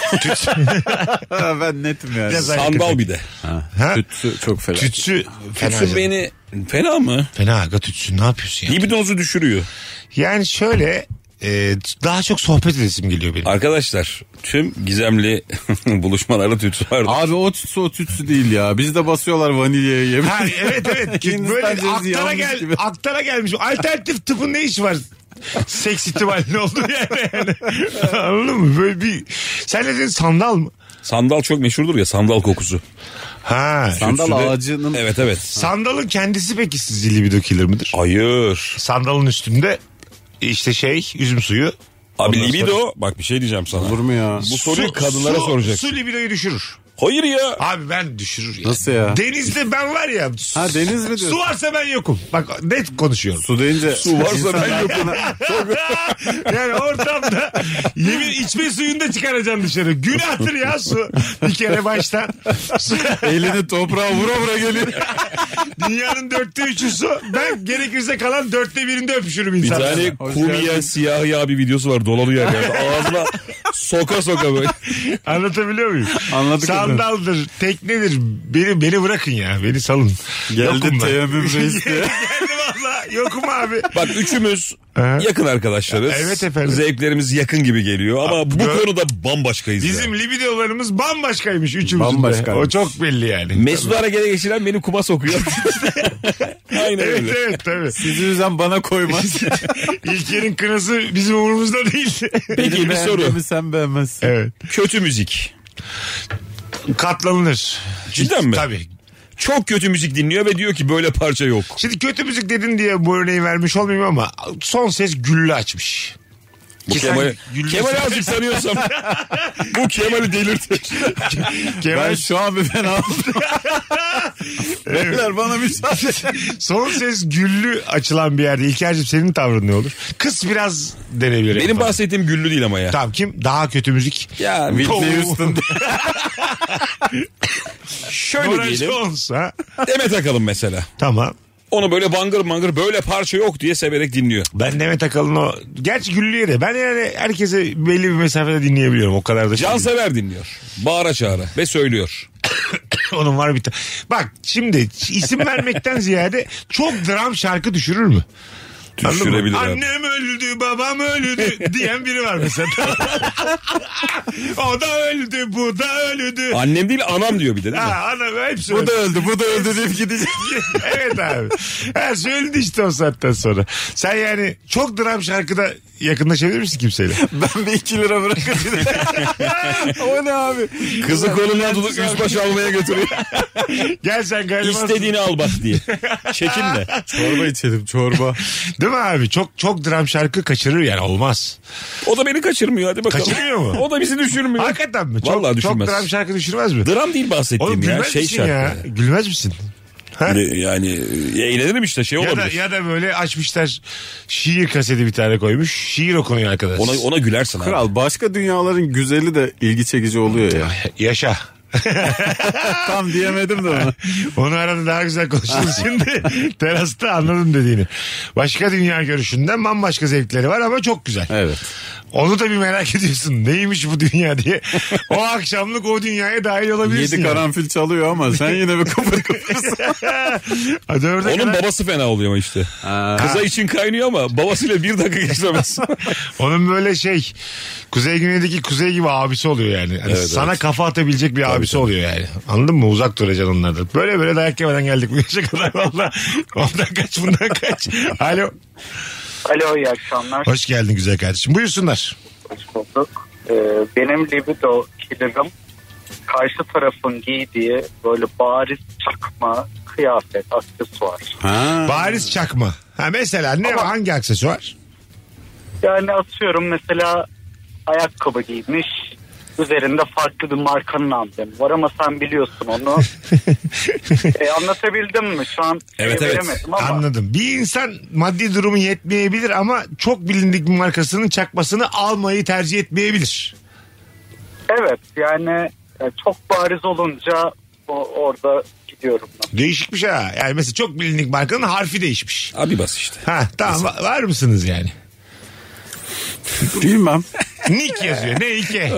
Ben netim yani. Biraz Sandal bir de. Ha? Tütsü çok fena. Tütsü fena. Tütsü beni fena mı? Fena aga tütsü, ne yapıyorsun ya? Libidonuzu düşürüyor. Yani şöyle daha çok sohbet edesim geliyor benim. Arkadaşlar tüm gizemli buluşmalarda tütsü vardı. Abi o tütsü değil ya. Bizde basıyorlar vanilyaya yemin. Ha, evet. Hindistan Böyle cevizi aktara, yanmış gibi. aktara gelmiş. Alternatif tıpın ne işi var? Seks ihtimalinin olduğu yani. Anladın mı? Böyle bir... Sen ne dedin, sandal mı? Sandal çok meşhurdur ya, sandal kokusu. Ha. Sandal Tütsü de- ağacının. Evet. Sandalın kendisi peki sizce libido killer mıdır? Hayır. Sandalın üstünde işte üzüm suyu. Abi Ondan libido sonra- bak bir şey diyeceğim sana. Olur mu ya? Bu soruyu kadınlara soracaksın. Su libidoyu düşürür. Hayır ya. Abi ben düşürür ya. Nasıl ya? Denizde ben var ya. Ha, deniz mi diyorsun? Su varsa ben yokum. Bak net konuşuyorum. Su deyince. Su varsa ben yokum. Yani ortamda yemin içme suyunu da çıkaracaksın dışarı. Günahtır ya su. Bir kere baştan. Su. Elini toprağa vura vura geliyor. Dünyanın 3/4 su. Ben gerekirse kalan 1/4'inde öpüşürüm Bir insanlarla. tane Hoş kum geldin. yiyen siyah yağ bir videosu var, dolanıyor yani. Ağzına soka böyle. Anlatabiliyor muyum? Anladık. Sandaldır, teknedir. Beni bırakın ya. Beni salın. Geldi Yokum ben. teyemmüm reis diye. Geldi valla. Yokum abi. Bak üçümüz Aha. yakın arkadaşlarız. Evet efendim. Zevklerimiz yakın gibi geliyor ama bu konuda bambaşkayız. Bizim ya. libidolarımız bambaşkaymış üçümüzün de. Bambaşkaymış. O çok belli yani. Mesut Aragele geçiren beni kuma sokuyor. Aynen Evet öyle. evet tabii. Sizi yüzden bana koymaz. İlker'in kınası bizim umurumuzda değil. Peki bir soru. Beğendiğimi sen beğenmezsin. Evet. Kötü müzik. Katlanılır. Cidden mi? Tabii. Çok kötü müzik dinliyor ve diyor ki böyle parça yok. Şimdi kötü müzik dedin diye bu örneği vermiş olmayayım ama son ses güllü açmış. Bu Ki sen Kemal'i azıcık sanıyorsam bu Kemal'i delirtir. Kemal Ben şu an bir fena oldum. Beyler bana müsaade. son ses güllü açılan bir yerde. İlker'cim senin tavrın ne olur? Kız biraz denebilir. Benim bahsettiğim güllü değil ama ya. Tamam, kim? Daha kötü müzik. Ya Whitney Houston. şöyle Nora diyelim. Jones ha? Demet Akalın mesela. Tamam. Onu böyle bangır böyle parça yok diye severek dinliyor. Ben Demet Akalın o... Gerçi güllüye de. Ben yani herkese belli bir mesafede dinleyebiliyorum. O kadar da. Cansever dinliyor. Bağıra çağıra ve söylüyor. Onun var bir tane. Bak şimdi isim vermekten ziyade çok dram şarkı düşürür mü? Anladın mı? Düşürebilir abi. Annem öldü, babam öldü diyen biri var mesela. O da öldü, bu da öldü. Annem değil anam diyor bir de değil mi? Ha, ana hepsi Bu öldü. da öldü, bu da öldü deyip gidecek. Evet abi. Her şey öldü işte o saatten sonra. Sen yani çok dram şarkıda yakınlaşabilir misin kimseyle? Ben bir 2 lira bırakırım. O ne abi? Kızı kolundan tutup üst baş almaya götürüyor. Gel sen galiba. İstediğini al bak diye. Çekinme. Çorba içelim, çorba. Değil mi abi? Çok dram şarkı kaçırır yani, olmaz. O da beni kaçırmıyor hadi bakalım. Kaçırmıyor mu? O da bizi düşürmüyor. Hakikaten mi? Vallahi çok düşürmez. dram şarkı düşürmez mi? Dram değil bahsettiğim Oğlum ya. gülmez Şey misin şarkı. ya? Gülmez misin? Ha? Yani eğlenirim işte şey Ya da, olabilir. ya da böyle açmışlar şiir kaseti bir tane koymuş. Şiir okunuyor arkadaş. Ona gülersin abi. Kral başka dünyaların güzeli de ilgi çekici oluyor ya. Yaşa. Tam diyemedim de onu. Onu arada daha güzel konuşuruz şimdi. Terasta anladım dediğini. Başka dünya görüşünden bambaşka zevkleri var ama çok güzel. Evet. Onu da bir merak ediyorsun. Neymiş bu dünya diye. O akşamlık o dünyaya dahil olabilirsin. 7 yani. karanfil çalıyor ama sen yine bir kıpır kıpırsın. Onun babası fena oluyor ama işte. Kıza için kaynıyor ama babasıyla bir dakika geçiremez. Onun böyle Kuzey Güney'deki Kuzey gibi abisi oluyor yani. Hani Evet, sana evet. kafa atabilecek bir abisi oluyor yani. Anladın mı? Uzak duracaksın onlardan. Böyle dayak yemeden geldik bu yaşa kadar valla. Ondan kaç bundan kaç. Alo. Alo, iyi akşamlar. Hoş geldin güzel kardeşim. Buyursunlar. Hoş bulduk. Benim libido killer'ım karşı tarafın giydiği böyle bariz çakma kıyafet, aksesuar. Bariz çakma. Ha mesela hangi aksesuar? Yani atıyorum mesela ayakkabı giymiş. Üzerinde farklı bir markanın amblemi var ama sen biliyorsun onu. Anlatabildim mi? Şu an Evet. veremedim ama. Anladım. Bir insan maddi durumu yetmeyebilir ama çok bilindik bir markasının çakmasını almayı tercih etmeyebilir. Evet yani çok bariz olunca orada gidiyorum ben. Değişikmiş ha. Yani mesela çok bilindik markanın harfi değişmiş. Abi bas işte. Ha tamam var mısınız yani? Bilmem. Nick yazıyor. Ne iki?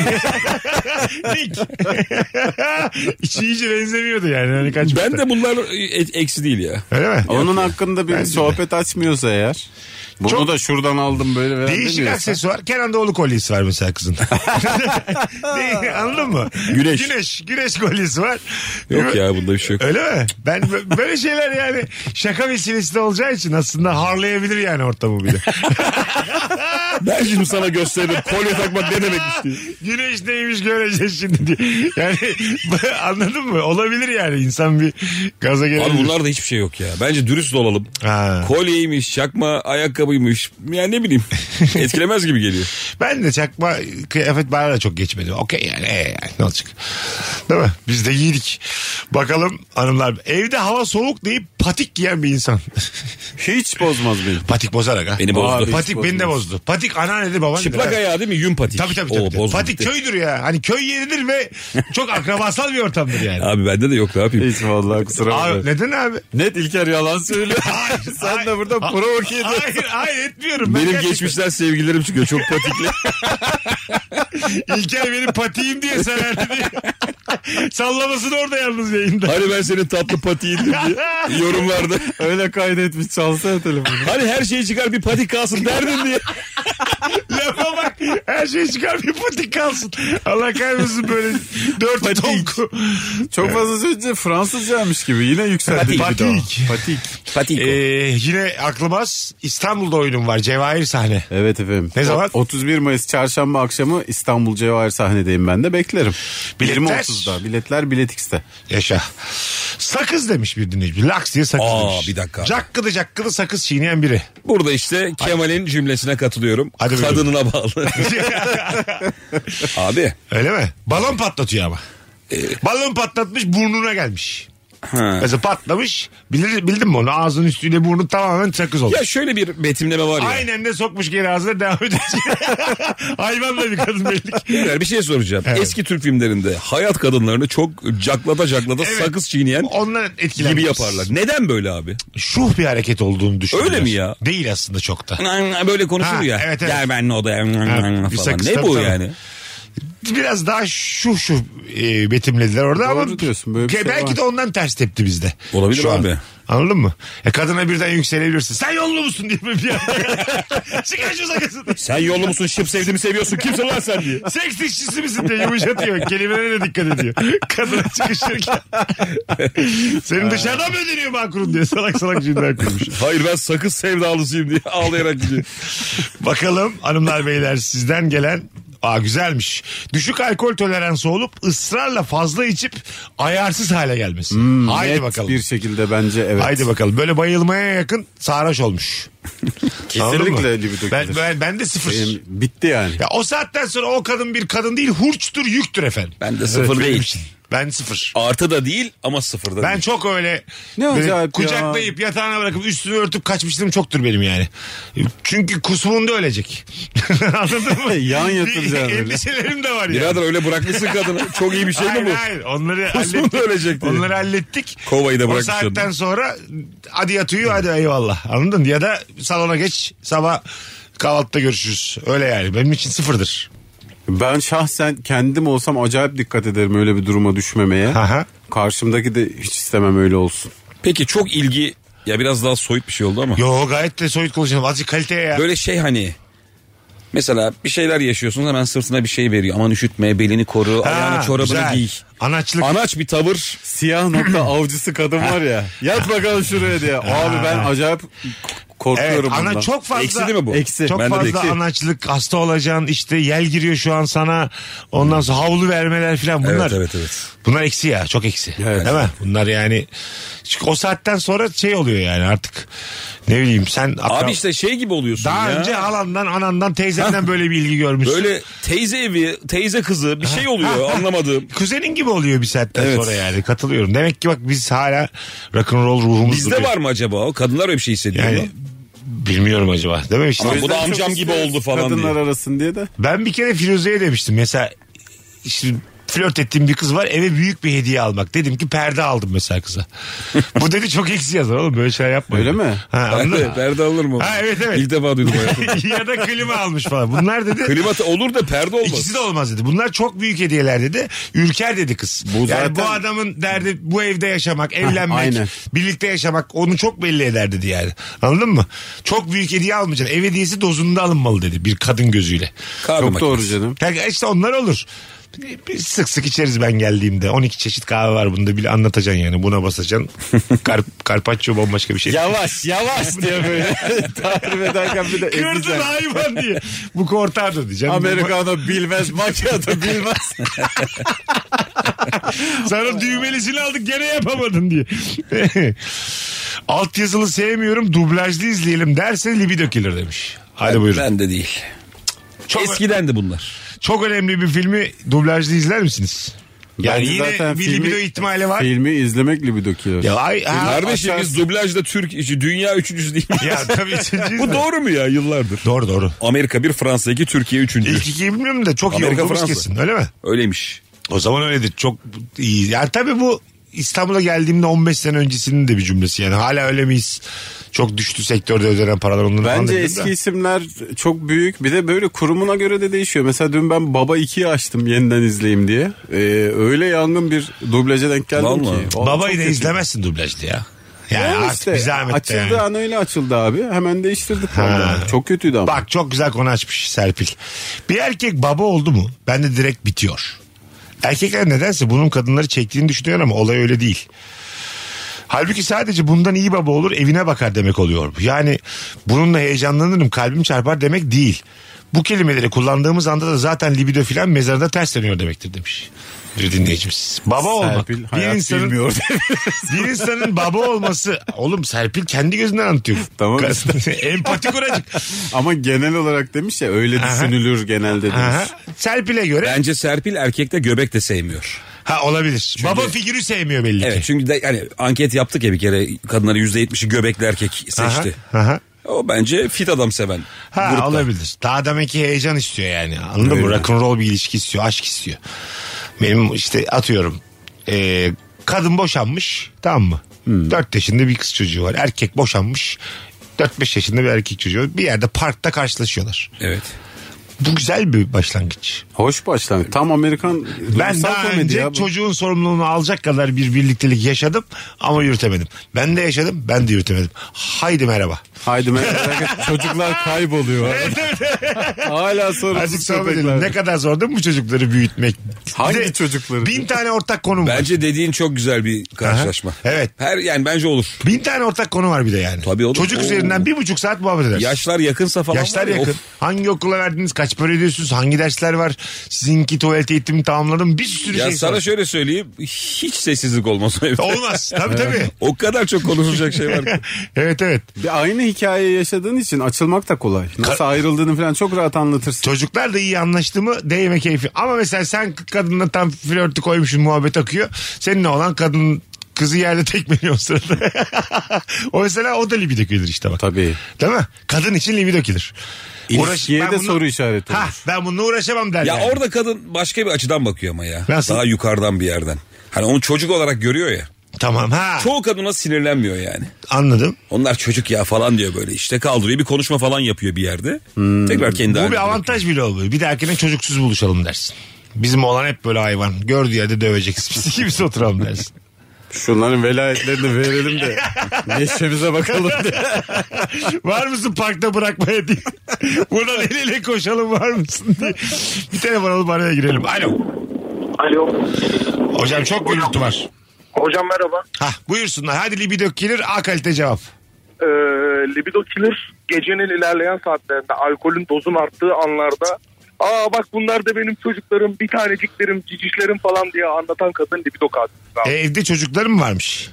Nick. İçi iyice benzemiyordu yani. Hani kaç Ben de bunlar eksi değil ya. Öyle mi? Onun hakkında bir Bence sohbet açmıyorsa eğer. Bunu Çok- da şuradan aldım böyle veya Değişik demiyorsa. aksesuar. Kenan Doğulu kolyesi var mesela kızın. Anladın mı? Güneş kolyesi var. Yok ya bunda bir şey yok. Öyle mi? Ben böyle şeyler yani şaka vesilesi de olacağı için aslında harlayabilir yani ortamı bile. Ben şimdi sana gösteririm kolye takmak ne demekmiş diye. Güneş neymiş göreceğiz şimdi diye. Yani anladın mı? Olabilir yani insan bir gaza gelebilir. Abi bunlarda hiçbir şey yok ya. Bence dürüst olalım. Ha. Kolyeymiş, çakma ayakkabıymış. Yani ne bileyim. Etkilemez gibi geliyor. Ben de çakma kıyafet bana da çok geçmedi. Okey yani, ne olacak? Değil mi? Biz de giydik. Bakalım hanımlar. Evde hava soğuk deyip patik giyen bir insan. Hiç bozmaz beni. Patik bozar aga. Beni bozdu. Abi, Patik hiç beni de bozmaz. bozdu. Patik anneannedir babaannedir. Çıplak ha. ayağı değil mi? Yün patik. Tabii. Oo, bozdu Patik gitti. köydür ya. Hani köy yeridir ve çok akrabasal bir ortamdır yani. Abi bende de yok ne yapayım? Hiç vallahi kusura bakma. Abi, neden abi? Net İlker yalan söylüyor. Sen hayır. de burada provoke ediyorsun. Hayır etmiyorum. Ben Benim gerçekten- geçmişten sevgililerim çıkıyor çok patikli. İlker benim patiğim diye severdi diye. Sallamasın orada yalnız yayında. Hani ben senin tatlı patiğindim diye yorum vardı. Öyle kaydetmiş çalsana telefonu. Hani her şeyi çıkar bir patik kalsın derdin diye. Lafa bak. Her şey çıkar bir patik kalsın. Allah kahretsin böyle dört tonku. Çok fazla söyleyince Fransızcaymış gibi. Yine yükseldi. Patik. Patik. Yine aklıma İstanbul'da oyunum var. Cevahir sahne. Evet efendim. Ne zaman? 31 Mayıs çarşamba akşamı İstanbul Cevahir sahnedeyim ben de beklerim. Biletler? 20.30'da. Biletler Bilet X'te. Yaşa. Sakız demiş bir dinleyici. Laks diye sakız demiş. Bir dakika. Cakkıdı sakız çiğneyen biri. Burada işte Kemal'in cümlesine katılıyorum. Hadi buyurun. Kadınına bağlı. Abi. Öyle mi? Balon patlatıyor ama. Balon patlatmış burnuna gelmiş. Mesela patlamış. Bildin mi onu? Ağzının üstüyle burnu tamamen sakız olmuş. Ya şöyle bir betimleme var ya. Aynen de sokmuş geri ağzına devam edecek. Hayvan da bir kadın belli ki. Bir şey soracağım. Evet. Eski Türk filmlerinde hayat kadınlarını çok caklata Evet. sakız çiğneyen Onlar etkilenmiş. gibi yaparlar. Neden böyle abi? Şuh bir hareket olduğunu düşünüyorlar. Öyle mi ya? Değil aslında çok da. Böyle konuşur Ha, ya. evet, evet. Gel benimle odaya bir falan. sakız, Ne tabii, bu tabii. yani? Biraz daha şu betimlediler orada Doğru ama diyorsun, böyle bir şey belki var. de ondan ters tepti bizde. Olabilir Şu an. abi. Anladın mı? Kadına birden yükselebilirsin. Sen yollu musun diye bir anda. Çıkar şu sakızını. Sen yollu musun? Şıp sevdiğimi seviyorsun. Kimsin lan sen diye. Seks işçisi misin diye yumuşatıyor. Kelimelerine dikkat ediyor. Kadına çıkışırken. Senin dışarıdan mı ödeniyor Bankur'un diye salak cümleler kurmuş. Hayır ben sakız sevdalısıyım diye ağlayarak gidiyor. Bakalım hanımlar beyler sizden gelen güzelmiş. Düşük alkol toleransı olup ısrarla fazla içip ayarsız hale gelmesi. Haydi Net bakalım. bir şekilde bence evet. Haydi bakalım. Böyle bayılmaya yakın sarhoş olmuş. Anladın mı? Kesinlikle libido gelir. Ben de sıfır. Bitti yani. Ya o saatten sonra o kadın bir kadın değil hurçtur yüktür efendim. Ben de sıfır benim değil. için. Ben 0. Artı da değil ama 0 da Ben değil. çok öyle Ne böyle acayip ya. kucaklayıp yatağına bırakıp üstünü örtüp kaçmışlığım çoktur benim yani. Çünkü kusumunda ölecek. Anladın mı? Yan yatıracaksın öyle. Endişelerim de var ya. Birader öyle bırakmışsın kadını. Çok iyi bir şey mi Hayır bu? hayır onları Kusmunda hallettik. ölecek diye. Onları hallettik. Kovayı da O bırakmış saatten yanına. sonra hadi yat uyu hadi eyvallah anladın ya da salona geç sabah kahvaltıda görüşürüz öyle yani benim için 0'dır. Ben şahsen kendim olsam acayip dikkat ederim öyle bir duruma düşmemeye. Aha. Karşımdaki de hiç istemem öyle olsun. Peki çok ilgi ya biraz daha soyut bir şey oldu ama. Yo gayet de soyut konuşalım azıcık kaliteye ya. Böyle şey hani mesela bir şeyler yaşıyorsunuz hemen sırtına bir şey veriyor. Aman üşütme belini koru Ha, ayağına çorabını güzel. giy. Anaçlık. Anaç bir tavır. Siyah nokta avcısı kadın var ya. Yat bakalım şuraya diye. Abi ben acayip Evet korkuyorum bundan. ana çok fazla. Eksi değil mi bu? Eksi. Çok Ben de fazla eksi. anaçlık hasta olacaksın işte yel giriyor şu an sana ondan sonra havlu vermeler falan bunlar. Evet. Bunlar eksi ya çok eksi. Evet. Değil mi? Bunlar yani çünkü o saatten sonra şey oluyor yani artık ne bileyim sen Abi işte şey gibi oluyorsun daha ya. önce halandan anandan teyzenden böyle bir ilgi görmüşsün. Böyle teyze evi, teyze kızı bir şey oluyor anlamadığım. Kuzenin gibi oluyor bir saatten Evet. sonra yani katılıyorum. Demek ki bak biz hala rock'n'roll ruhumuz Bizde duruyor. var mı acaba o? Kadınlar öyle bir şey hissediyor mu? Yani bilmiyorum acaba. Değil mi işte? Ama bu da Çok amcam gibi isteriz oldu falan kadınlar diye. arasın diye de. Ben bir kere Firuze'ye demiştim. Mesela işte flört ettiğim bir kız var eve büyük bir hediye almak. Dedim ki perde aldım mesela kıza. Bu dedi çok eksi yazar oğlum böyle şey yapma. Öyle mi? Ha, anladın mı? Perde alır mı? Ha, evet. İlk defa duydum hayatımda. Ya da klima almış falan. Bunlar dedi. Klima olur da perde olmaz. İkisi de olmaz dedi. Bunlar çok büyük hediyeler dedi. Ürker dedi kız. Bu yani zaten- bu adamın derdi bu evde yaşamak, evlenmek, aynen. birlikte yaşamak onu çok belli eder dedi yani. Anladın mı? Çok büyük hediye almayacaksın. Ev hediyesi dozunda alınmalı dedi bir kadın gözüyle. Kahve Çok makinesi. doğru canım. Yani işte onlar olur. Biz sık sık içeriz ben geldiğimde. 12 çeşit kahve var bunda bile anlatacaksın yani. Buna basacaksın. Carpaccio bambaşka bir şey. Yavaş diye böyle tarif ederken bir de Kırdın ezeceksin. hayvan diye. Bu cortado diyeceğim. Americano bilmez, macchiato bilmez. Sana düğmelisini aldık gene yapamadın diye. Altyazılı sevmiyorum dublajlı izleyelim derse libido killer demiş. Hadi buyurun. Ben de değil. Çok, Eskiden de bunlar. çok önemli bir filmi dublajlı izler misiniz? Yani Bence yine zaten bir libido ihtimali var. Filmi izlemek libido killer. Ya ay, ha, Kardeşim aşağı- biz dublajda dünya üçüncüsü değil mi? ya tabii üçüncüyüz Bu de. doğru mu ya yıllardır? Doğru. Amerika 1, Fransa 2, Türkiye 3. İlk ikiyi bilmiyorum da çok iyi Amerika, olduğumuz Fransa. kesin öyle mi? Öyleymiş. O zaman öyledir. Çok iyi. Yani tabii bu İstanbul'a geldiğimde 15 sene öncesinin de bir cümlesi. Yani hala öyle miyiz? Çok düştü sektörde ödenen paralar. Onları falan da Bence biliyorum eski da. isimler çok büyük. Bir de böyle kurumuna göre de değişiyor. Mesela dün ben Baba 2'yi açtım yeniden izleyeyim diye. Öyle yangın bir dublaja denk geldim Vallahi. ki. Vallahi çok Babayı da kötü. izlemezsin dublajda ya. Yani Yani artık işte bir zahmet de açıldı yani. an öyle açıldı abi. Hemen değiştirdik vallahi. Çok kötüydü ama. Bak çok güzel konu açmış Serpil. Bir erkek baba oldu mu bende direkt bitiyor. Erkekler nedense bunun kadınları çektiğini düşünüyor ama olay öyle değil. Halbuki sadece bundan iyi baba olur evine bakar demek oluyor. Yani bununla heyecanlanırım kalbim çarpar demek değil. Bu kelimeleri kullandığımız anda da zaten libido filan mezarda ters dönüyor demektir demiş bir dinleyicimiz. Baba olmak. Serpil hayat bilmiyor. Bir insanın baba olması. Oğlum Serpil kendi gözünden anlatıyor. Tamam. Empati kuracak. Ama genel olarak demiş ya öyle düşünülür genelde demiş. Aha. Serpil'e göre Bence Serpil erkekte göbek de sevmiyor. ha olabilir. Baba figürü sevmiyor belli Evet ki. çünkü de yani anket yaptık ya bir kere kadınların %70'i göbekli erkek seçti. Aha. O bence fit adam seven. Ha grupta. olabilir. Daha demek ki heyecan istiyor yani. Anladın mı? Öyle. Rock'n'roll bir ilişki istiyor. Aşk istiyor. Benim işte atıyorum. Kadın boşanmış. Tamam mı? 4 yaşında bir kız çocuğu var. Erkek boşanmış. 4-5 yaşında bir erkek çocuğu var. Bir yerde parkta karşılaşıyorlar. Evet. Bu güzel bir başlangıç. Hoş başlangıç. Tam Amerikan Ben duygusal daha komedi önce ya bu. çocuğun sorumluluğunu alacak kadar bir birliktelik yaşadım ama yürütemedim. Ben de yaşadım, ben de yürütemedim. Haydi merhaba. Haydi merhaba. Çocuklar kayboluyor. Hala sorunsuz Azıcık sohbet edelim. köpekler. Ne kadar zor değil mi bu çocukları büyütmek? Hangi Bir de çocukları? 1000 tane ortak konum var. Bence dediğin çok güzel bir karşılaşma. Aha. Evet. Yani bence olur. 1000 tane ortak konu var bir de yani. Tabii olur. Çocuk Oo. üzerinden 1,5 saat muhabbet edersin. Yaşlar yakınsa falan Yaşlar var ya, yakın. of. Hangi okula verdiniz? Kaç kaç para ödüyorsunuz? Hangi dersler var? Sizinki tuvalet eğitimi tamamladım. Bir sürü Ya şey sana sor. şöyle söyleyeyim. Hiç sessizlik olmaz o evde. Olmaz. Tabii. O kadar çok konuşulacak şey var ki. Evet. Bir aynı hikayeyi yaşadığın için açılmak da kolay. Nasıl ayrıldığını falan çok rahat anlatırsın. Çocuklar da iyi anlaştı mı değme keyfi. Ama mesela sen kadınla tam flörtü koymuşsun, muhabbet akıyor. Seninle olan kadın kızı yerde tekmeliyor o sırada. O mesela o da libido killer işte bak. Tabii. Değil mi? Kadın için libido killer. İlişkiye Ben de bunu- soru işareti olur. Ben bununla uğraşamam der Ya yani. orada kadın başka bir açıdan bakıyor ama ya. Nasıl? Daha yukarıdan bir yerden. Hani onu çocuk olarak görüyor ya. Tamam Çoğu kadın ona sinirlenmiyor yani. Anladım. Onlar çocuk ya falan diyor böyle işte kaldırıyor bir konuşma falan yapıyor bir yerde. Tekrar kendi Bu haline bir avantaj bile oluyor. Bir dahakine çocuksuz buluşalım dersin. Bizim oğlan hep böyle hayvan. Gördüğü yerde döveceksin. Biz ikimiz oturalım dersin. Şunların velayetlerini verelim de neşemize bakalım diye. Var mısın parkta bırakmaya diye. Buradan el ele koşalım var mısın diye. Bir telefon alıp araya girelim. Alo. Alo. Hocam çok gürültü var. Hocam merhaba. Buyursunlar. Hadi libido killer A kalite cevap. Libido killer gecenin ilerleyen saatlerinde alkolün dozun arttığı anlarda bak bunlar da benim çocuklarım, bir taneciklerim, cicişlerim falan diye anlatan kadın libido katili. Evde çocukların mı varmış?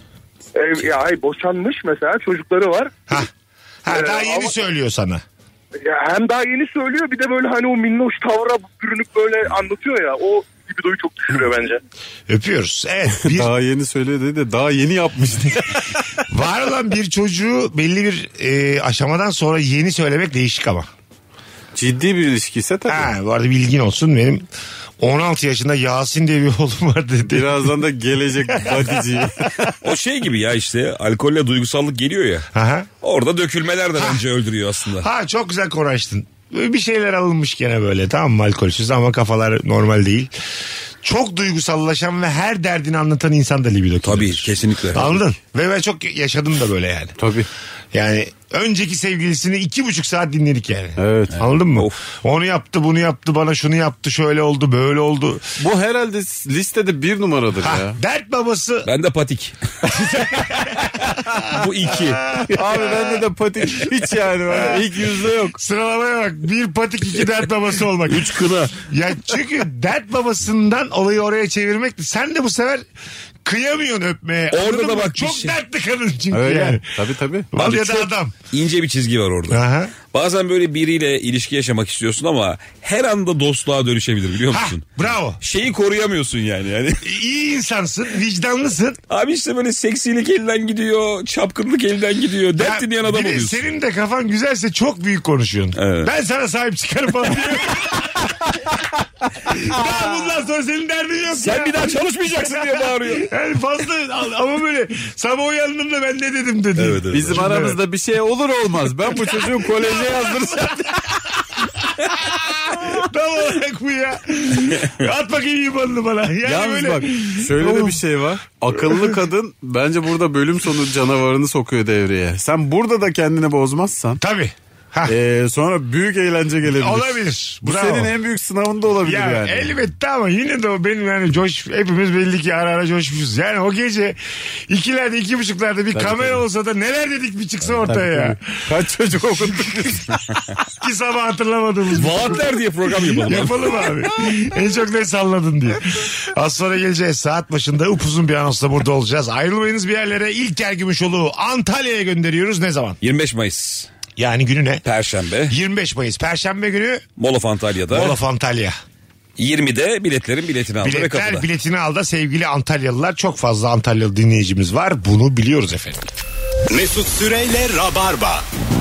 Boşanmış mesela, çocukları var. Daha yeni ama- söylüyor sana. Ya hem daha yeni söylüyor, bir de böyle hani o minnoş tavra bürünüp böyle anlatıyor ya, o libidoyu çok düşürüyor bence. Öpüyoruz. Evet. Daha yeni söylüyor dedi de daha yeni yapmış. Var olan bir çocuğu belli bir aşamadan sonra yeni söylemek değişik ama. Ciddi bir ilişkiyse tabii. Bu arada bilgin olsun, benim 16 yaşında Yasin diye bir oğlum var dedi. Birazdan da gelecek badici. O şey gibi ya işte alkolle duygusallık geliyor ya. Aha. Orada dökülmeler de bence öldürüyor aslında. Çok güzel konuştun. Bir şeyler alınmış gene böyle, tamam mı, alkolsüz ama kafalar normal değil. Çok duygusallaşan ve her derdini anlatan insan da libido killer'dir. Tabii kesinlikle. Anladın? Ve ben çok yaşadım da böyle yani. Tabii. Yani önceki sevgilisini 2,5 saat dinledik yani. Evet. Anladın mı? Of. Onu yaptı, bunu yaptı, bana şunu yaptı, şöyle oldu, böyle oldu. Bu herhalde listede 1 numaradır ya. Dert babası. Ben de patik. Bu 2. Abi bende de patik hiç yani. İlk yüzde yok. Sıralamaya bak. 1 patik, 2 dert babası olmak. 3 kına. Ya çünkü dert babasından olayı oraya çevirmek. Sen de bu sefer kıyamıyorsun öpmeye. Orada Anladın da mı? bak bir çok şey. dertli kadın çünkü Öyle. yani. Tabii. Mal ya da Çok adam. İnce bir çizgi var orada. Aha. Bazen böyle biriyle ilişki yaşamak istiyorsun ama her anda dostluğa dönüşebilir biliyor musun? Bravo. Şeyi koruyamıyorsun yani. İyi insansın, vicdanlısın. Abi işte böyle seksilik elden gidiyor, çapkınlık elden gidiyor. Dert dinleyen adam bir de oluyorsun. senin de kafan güzelse çok büyük konuşuyorsun. Evet. Ben sana sahip çıkarım falan diyor. Daha bundan sonra senin derdin yok. Sen bir daha çalışmayacaksın diye bağırıyor. Yani fazla ama böyle sabah uyandığımda ben ne dedim dedi. Evet. Bizim aramızda bir şey olur olmaz. Ben bu çocuğu koleje yazdırsam. Tam olarak bu ya. At bakayım IBAN'ını bana. Yani Yalnız böyle... bak şöyle de bir şey var. Akıllı kadın bence burada bölüm sonu canavarını sokuyor devreye. Sen burada da kendini bozmazsan Tabii. sonra büyük eğlence gelebilir. Olabilir. Bu Bravo. senin en büyük sınavında olabilir Ya yani. elbette ama yine de o benim yani hepimiz belli ki ara ara coşmuşuz. Yani o gece 2'lerde 2.30'larda bir kamera olsa da neler dedik bir çıksa ortaya ya. Kaç çocuk okuttuk biz. Ki sabah hatırlamadığımız. Vaatler diye program yapalım. Yapalım abi. En çok ne salladın diye. Az sonra geleceğiz. Saat başında upuzun bir anonsla burada olacağız. Ayrılmayınız bir yerlere. İlker Gümüşoğlu Antalya'ya gönderiyoruz. Ne zaman? 25 Mayıs. Yani günü ne? Perşembe. 25 Mayıs. Perşembe günü Molof Antalya'da. Molof Antalya. 20'de biletlerin biletini aldı ve Biletler kapıda. biletini aldı sevgili Antalyalılar. Çok fazla Antalyalı dinleyicimiz var. Bunu biliyoruz efendim. Mesut Süreyle Rabarba.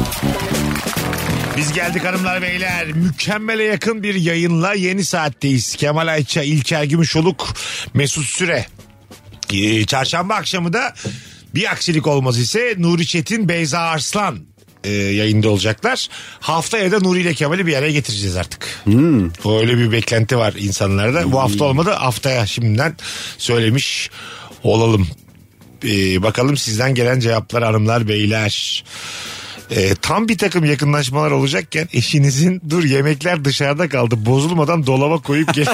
Biz geldik hanımlar beyler. Mükemmele yakın bir yayınla yeni saatteyiz. Kemal Ayça, İlker Gümüşoluk, Mesut Süre. Çarşamba akşamı da bir aksilik olmaz ise Nuri Çetin, Beyza Arslan yayında olacaklar. Haftaya da Nuri ile Kemal'i bir araya getireceğiz artık. Öyle bir beklenti var insanlarda. Bu hafta olmadı, haftaya şimdiden söylemiş olalım. Bakalım sizden gelen cevaplar hanımlar beyler. Tam bir takım yakınlaşmalar olacakken eşinizin dur yemekler dışarıda kaldı bozulmadan dolaba koyup gel.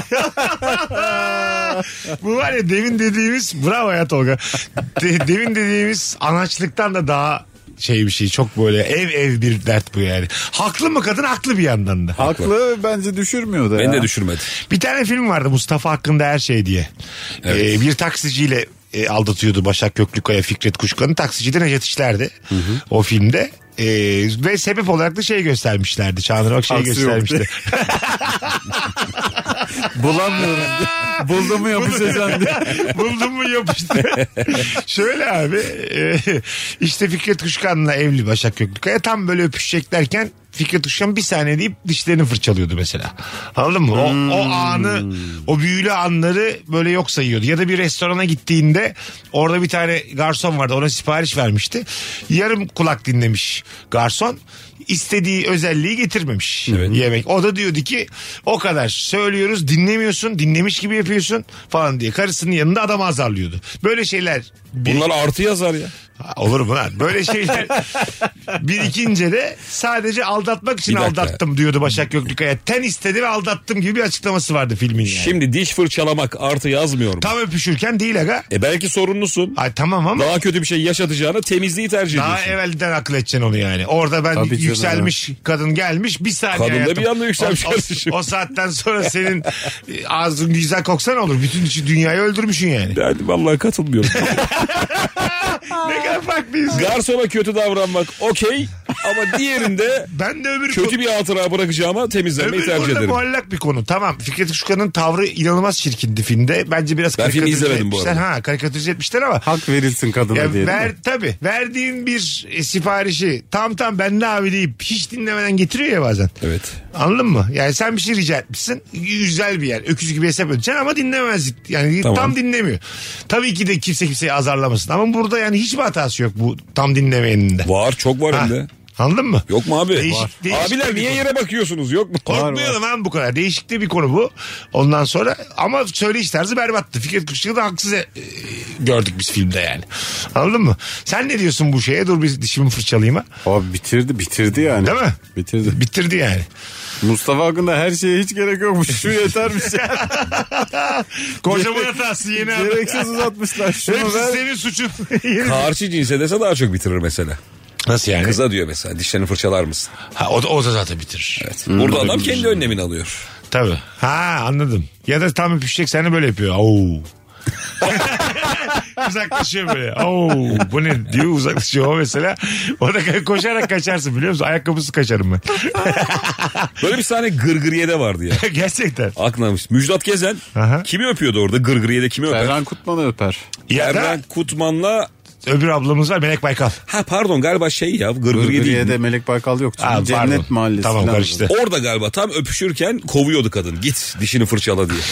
Bu var ya demin dediğimiz bravo ya Tolga. Demin dediğimiz anaçlıktan da daha şey bir şey. Çok böyle ev bir dert bu yani. Haklı mı kadın? Haklı bir yandan da. Haklı bence düşürmüyor da Ben ya. de düşürmedim. Bir tane film vardı Mustafa Hakkında Her Şey diye. Evet. Bir taksiciyle aldatıyordu Başak Köklükaya, Fikret Kuşkan'ı. Taksici de Necdet İşler'di o filmde. Ve sebep olarak da şey göstermişlerdi. Çağınır Ak şeyi Taksi yok göstermişti. Bulamıyorum. Buldum mu yapışacaksın diye. Buldum mu yapıştı. Şöyle abi işte Fikret Kuşkan'la evli Başak Köklükaya, tam böyle öpüşeceklerken Fikret Kuşkan bir saniye deyip dişlerini fırçalıyordu mesela. Anladın mı? O anı, o büyülü anları böyle yok sayıyordu. Ya da bir restorana gittiğinde orada bir tane garson vardı, ona sipariş vermişti. Yarım kulak dinlemiş garson. İstediği özelliği getirmemiş yemek. O da diyordu ki o kadar söylüyoruz, dinlemiyorsun, dinlemiş gibi yapıyorsun falan diye. Karısının yanında adamı azarlıyordu. Böyle şeyler. Bunlar artı yazar ya. Olur mu lan? Böyle şeyler birikince de sadece aldatmak için Bir dakika. aldattım diyordu Başak Köklükaya. Ten istedi ve aldattım gibi bir açıklaması vardı filmin yani. Şimdi diş fırçalamak artı yazmıyor mu? Tam öpüşürken değil aga. Belki sorunlusun. Ay tamam ama Daha kötü bir şey yaşatacağına temizliği tercih daha ediyorsun. evvelden akıl edeceksin onu yani. Orada ben Tabii canım yükselmiş kadın gelmiş bir saniye Kadın da hayatım. bir anda yükselmiş O kardeşim. saatten sonra senin ağzın güzel koksan olur. Bütün içi dünyayı öldürmüşsün yani. Ben vallahi katılmıyorum. Ne kadar farklıyız. Garsona kötü davranmak okey ama diğerinde Ben de öbür kötü bir hatıra bırakacağıma temizlenmeyi öbür tercih konuda ederim. muallak bir konu. Tamam, Fikret Kuşkan'ın tavrı inanılmaz çirkindi filmde. Bence biraz Ben filmi karikatürize izlemedim bu etmişler. arada. Karikatürize etmişler ama. Hak verilsin kadına Ya diye. değil mi? tabii verdiğin bir siparişi tam ben ne abi deyip hiç dinlemeden getiriyor ya bazen. Evet. Anladın mı? Yani sen bir şey rica etmişsin. Güzel bir yer. Öküz gibi hesap ödeyeceksin ama dinlemez. Yani Tamam. tam dinlemiyor. Tabii ki de kimse kimseyi azarlamasın. Ama burada yani hiçbir hatası yok bu tam dinlemeyenin de. Var, çok var Ha, hem de. anladın mı? Yok mu abi? Değişik- Var. değişik Abiler bir niye konu. yere bakıyorsunuz, yok mu? Korkmayalım abi bu kadar. Değişik de bir konu bu. Ondan sonra ama söyleyiş tarzı berbattı. Fikret Kuşkan'ı da haksız gördük biz filmde yani. Anladın mı? Sen ne diyorsun bu şeye? Dur bir dişimi fırçalayayım ha. Abi bitirdi yani. Değil mi? Bitirdi. Bitirdi yani. Mustafa hakkında her şeye hiç gerek yokmuş. Şu yetermiş ya. Kocaman hatası yeni abi. Gereksiz uzatmışlar. Şunu Hepsi ver. senin suçun. Karşı cinse dese daha çok bitirir mesela. Nasıl yani? Kıza diyor mesela, dişlerini fırçalar mısın? Ha, o da zaten bitirir. Evet. Burada adam kendi önlemini alıyor. Tabii. Ha, anladım. Ya da tam öpüşecek seni böyle yapıyor. Oo. Uzaklaşıyor böyle. Oo, bu ne diyor, uzaklaşıyor o mesela. O da koşarak kaçarsın biliyor musun? Ayakkabısı kaçarım ben. Böyle bir sahne Gırgıriye'de vardı ya. Gerçekten. Aklına Müjdat Gezen Aha. kimi öpüyordu orada? Gırgıriye'de kimi öper? Ferhan Kutman'ı öper. Ya da Erden Kutman'la öbür ablamız var, Melek Baykal. pardon galiba şey ya Gırgıriye değil. Gırgıriye'de Melek Baykal yoktu. Ha, Cennet pardon. Mahallesi. Tamam, falan. karıştı. Orada galiba tam öpüşürken kovuyordu kadın. Git dişini fırçala diye.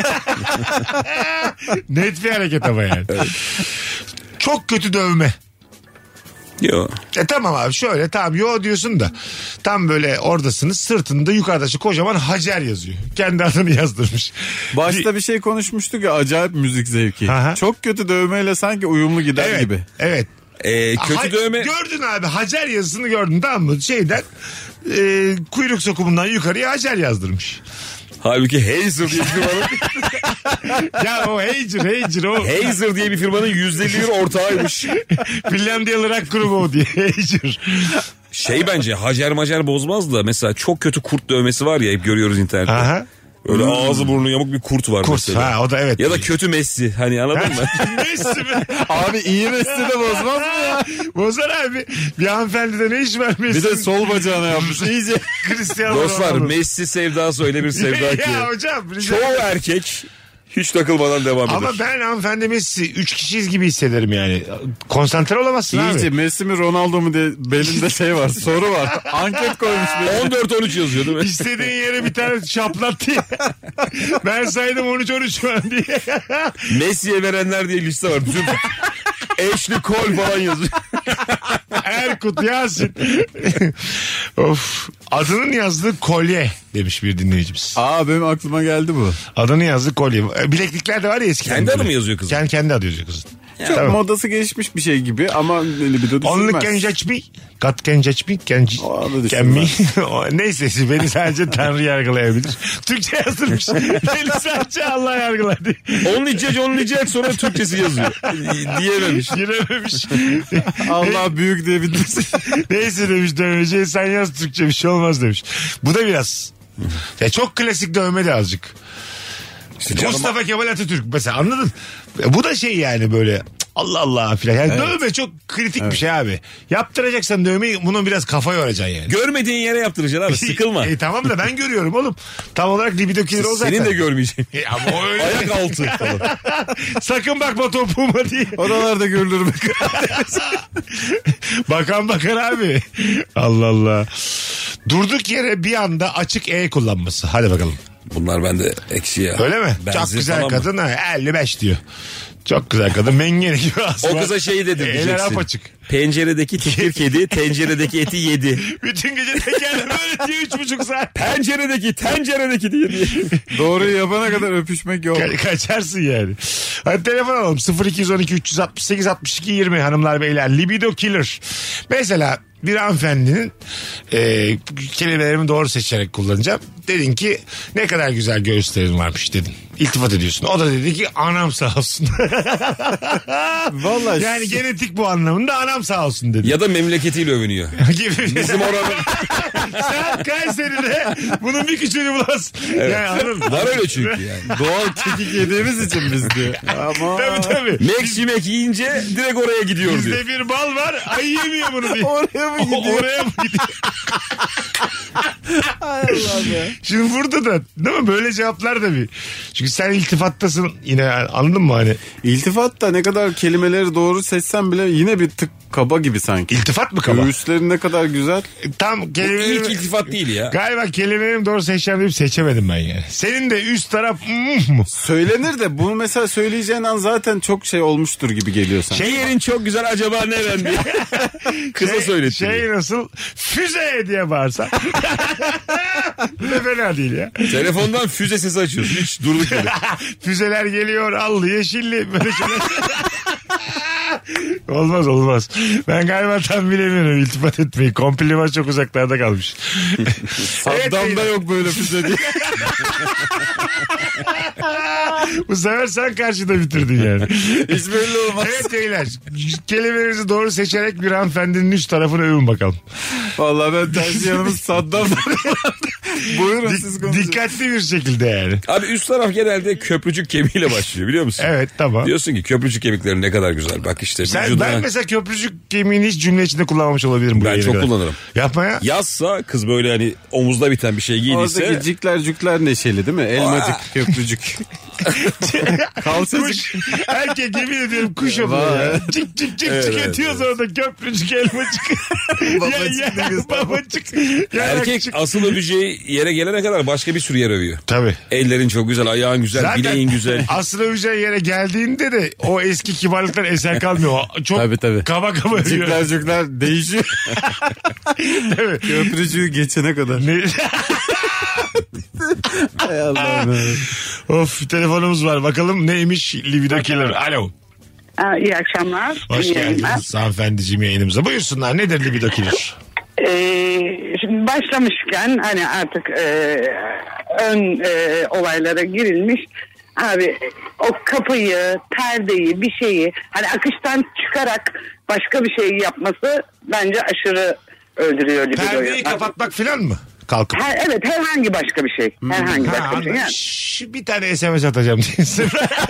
Net bir hareket ama yani. Çok kötü dövme. Yo. Tamam abi şöyle, tamam yo diyorsun da tam böyle oradasınız, sırtında yukarıda şu kocaman Hacer yazıyor. Kendi adını yazdırmış. Başta bir şey konuşmuştuk ya, acayip müzik zevki. Aha. Çok kötü dövmeyle sanki uyumlu gider Evet, gibi. evet. Kötü dövme. Gördün abi, Hacer yazısını gördün, tamam mı? Şeyden kuyruk sokumundan yukarıya Hacer yazdırmış. Halbuki Hazer diye bir firmanın Ya o Hager o. Hazer diye bir firmanın %51 ortağıymış. Finlandiyalı rock grubu o diye Hager. Şey bence Hacer Macer bozmaz da mesela çok kötü kurt dövmesi var ya, hep görüyoruz internette. Aha. Öyle ağzı burnu yamuk bir kurt var Kurt, mesela. ha, o da evet. Ya da kötü Messi, hani anladın mı? Messi mi? Abi iyi Messi de bozmaz mı ya? Bozar abi. Bir hanımefendide ne iş var Messi? Bir de sol bacağına yapmış. İyice. Cristiano Dostlar, Ronaldo. Messi sevdası öyle bir sevda ki. Ya hocam. Çoğu erkek hiç takılmadan devam eder. Ama ben hanımefendi Messi 3 kişiyiz gibi hissederim yani. Konsantre olamazsın İyice abi. Messi mi Ronaldo mu diye belinde şey var, soru var. Anket koymuş beline. 14-13 yazıyor değil mi? İstediğin yere bir tane şaplat diye. Ben saydım 13-13 falan diye. Messi'ye verenler diye liste var. Bütün Ashley Cole falan yazıyor. Erkut Yasin. Of. Adının yazdığı kolye demiş bir dinleyicimiz. Aa, benim aklıma geldi bu. Adını yazdığı kolye. Bileklikler de var ya eskiden. Kendi adı böyle. mı yazıyor kızın? Kendi adı yazıyor kızın. Çok Tabii. modası geçmiş bir şey gibi ama libido Only düşürmez. can judge me. God can judge me? Onu Can düşünmem. me? Neyse beni sadece Tanrı yargılayabilir. Türkçe yazılmış. Beni sadece Allah yargılar diye. Only judge sonra Türkçesi yazıyor. Diyememiş. Girememiş. Allah büyük diye bitirsin. Neyse demiş dövmeciye, sen yaz Türkçe bir şey olmaz demiş. Bu da biraz. Ya çok klasik dövme de azıcık. Mustafa Kemal Atatürk mesela, anladın? Bu da şey yani böyle Allah Allah filan. Yani dövme çok kritik bir şey abi. Yaptıracaksan dövmeyi bunun biraz kafa yoracaksın yani. Görmediğin yere yaptıracaksın abi, sıkılma. Tamam da ben görüyorum oğlum. Tam olarak libido killer o zaten. Senin de görmeyeceksin. Ama o öyle. Ayak altı falan. Sakın bakma topuğuma diye. Oralarda görülür mü? Bakan bakar abi. Allah Allah. Durduk yere bir anda açık E kullanması. Hadi bakalım. Bunlar bende eksi ya. Öyle mi? Benzin Çok güzel falan mı? kadın ha. 55 diyor. Çok güzel kadın. Mengene gibi aslında. O kıza şey dedim Eller diyeceksin. apaçık. Penceredeki tekir kedi tenceredeki eti yedi. Bütün gece tekerle böyle diyor 3,5 saat. Tenceredeki diye. Doğruyu yapana kadar öpüşmek yok. Kaçarsın yani. Hadi telefon alalım. 0212 368 62 20 hanımlar beyler. Libido killer. Mesela bir hanımefendinin kelimelerimi doğru seçerek kullanacağım. Dedin ki ne kadar güzel göğüslerin varmış dedin. İltifat ediyorsun. O da dedi ki anam sağ olsun. Vallahi Yani genetik bu anlamında anam sağ olsun dedi. Ya da memleketiyle övünüyor. Gibi. Bizim oranın Sen Kayseri'de bunun bir küçüğünü bulasın. Yani anladın mı? var öyle çünkü yani. doğal kekik yediğimiz için biz diyor. Ama Tabii. Mek yiyince direkt oraya gidiyor diyor. Bizde bir bal var. Ay yemiyor bunu diye. oraya mı gidiyor? Oraya mı gidiyor? Hay Allah be. Şimdi burada da değil mi böyle cevaplar da bir. Çünkü sen iltifattasın yine, anladın mı hani? İltifat da ne kadar kelimeleri doğru seçsem bile yine bir tık kaba gibi sanki. İltifat mı kaba? Göğüslerin ne kadar güzel. Tam İlk kelimelerimi... iltifat değil ya. Galiba kelimelerimi doğru seçeceğim deyip seçemedim ben yani. Senin de üst taraf mu? Söylenir de bunu mesela söyleyeceğin an zaten çok şey olmuştur gibi geliyor sanki. Şey yerin çok güzel acaba neren diye. Kıza söylettiriyor. Şey nasıl? Füze diye bağırsa. Bu da fena değil ya. Telefondan füze sesi açıyorsun. Hiç durduk yere. Füzeler geliyor, allı yeşilli böyle şeyler. Olmaz. Ben galiba tam bilemiyorum iltifat etmeyi. Kompliman çok uzaklarda kalmış. Saddam'da yok böyle füze diye. Bu sefer sen karşıda bitirdin yani. Hiç belli olmaz. Evet beyler. Kelimelerinizi doğru seçerek bir hanımefendinin üst tarafını övün bakalım. Vallahi ben tercih yanımız Saddam'da. Buyurun siz konuşun. Dikkatli bir şekilde yani. Abi üst taraf genelde köprücük kemiğiyle başlıyor biliyor musun? Evet tamam. Diyorsun ki köprücük kemikleri ne kadar güzel. Bak işte Ben mesela köprücük kemiğini hiç cümle içinde kullanmamış olabilirim. Ben çok kullanırım. Yapma ya. Yazsa kız böyle hani omuzda biten bir şey giydiyse. Oradaki cikler cükler neşeli değil mi? Elmacık, köprücük. Kalçacık. Kuş. Erkek yemin ediyorum kuş oluyor ya. Cik cik cik Evet, ötüyoruz orada köprücük elmacık. Babacık. Babacık. Erkek asıl öveceği yere gelene kadar başka bir sürü yer övüyor. Tabii. Ellerin çok güzel, ayağın güzel, Zaten bileğin güzel. asıl öveceği yere geldiğinde de o eski kibarlıklar eser kalmıyor. O çok Tabii. kaba övüyor. Cikler cükler değişiyor. Evet. Köprücüğü geçene kadar. Ne? Hay Allah'ım. Of, telefonumuz var. Bakalım neymiş libido killer. Alo. İyi akşamlar. Hoş İyi yayınlar. geldiniz hanımefendiciğim yayınımıza. Buyursunlar, nedir libido killer? Şimdi başlamışken hani artık ön olaylara girilmiş. Abi o kapıyı, perdeyi, bir şeyi hani akıştan çıkarak başka bir şey yapması bence aşırı öldürüyor libidoyu. Perdeyi kapatmak falan mı? Kalkıp. Evet, herhangi başka bir şey. Herhangi başka bir şey. Yani, Bir tane SMS atacağım diyorsun.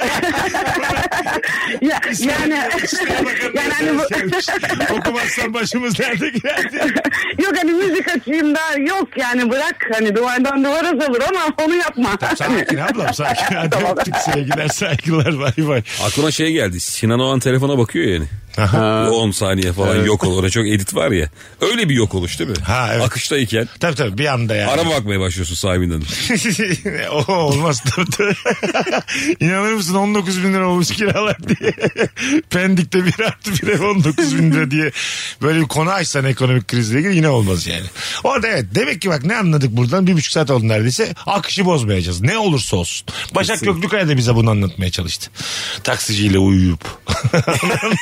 yani hani bu... Okumazsan başımız nerede girer? Yok hani müzik açayım da yok yani bırak hani duvardan duvara salır ama onu yapma. Sakin ablam sakin. Hadi öptük sevgiler saygılar bay bay. Aklıma şey geldi. Sinan Oğan telefona bakıyor yani. Aha. 10 saniye falan yok olur. Orada çok edit var ya. Öyle bir yok oluş değil mi? Ha, evet. Akıştayken. Tabii bir anda yani. Araba bakmaya başlıyorsun sahibinden. O olmaz tabii. İnanır mısın 19 bin lira olmuş kiralar diye. Pendik'te 1+1 ev 19 bin lira diye. Böyle bir konu açsan ekonomik krizle ilgili yine olmaz yani. Orada evet demek ki bak ne anladık buradan 1,5 saat oldu neredeyse. Akışı bozmayacağız. Ne olursa olsun. Başak Göklükaya da bize bunu anlatmaya çalıştı. Taksiciyle uyuyup.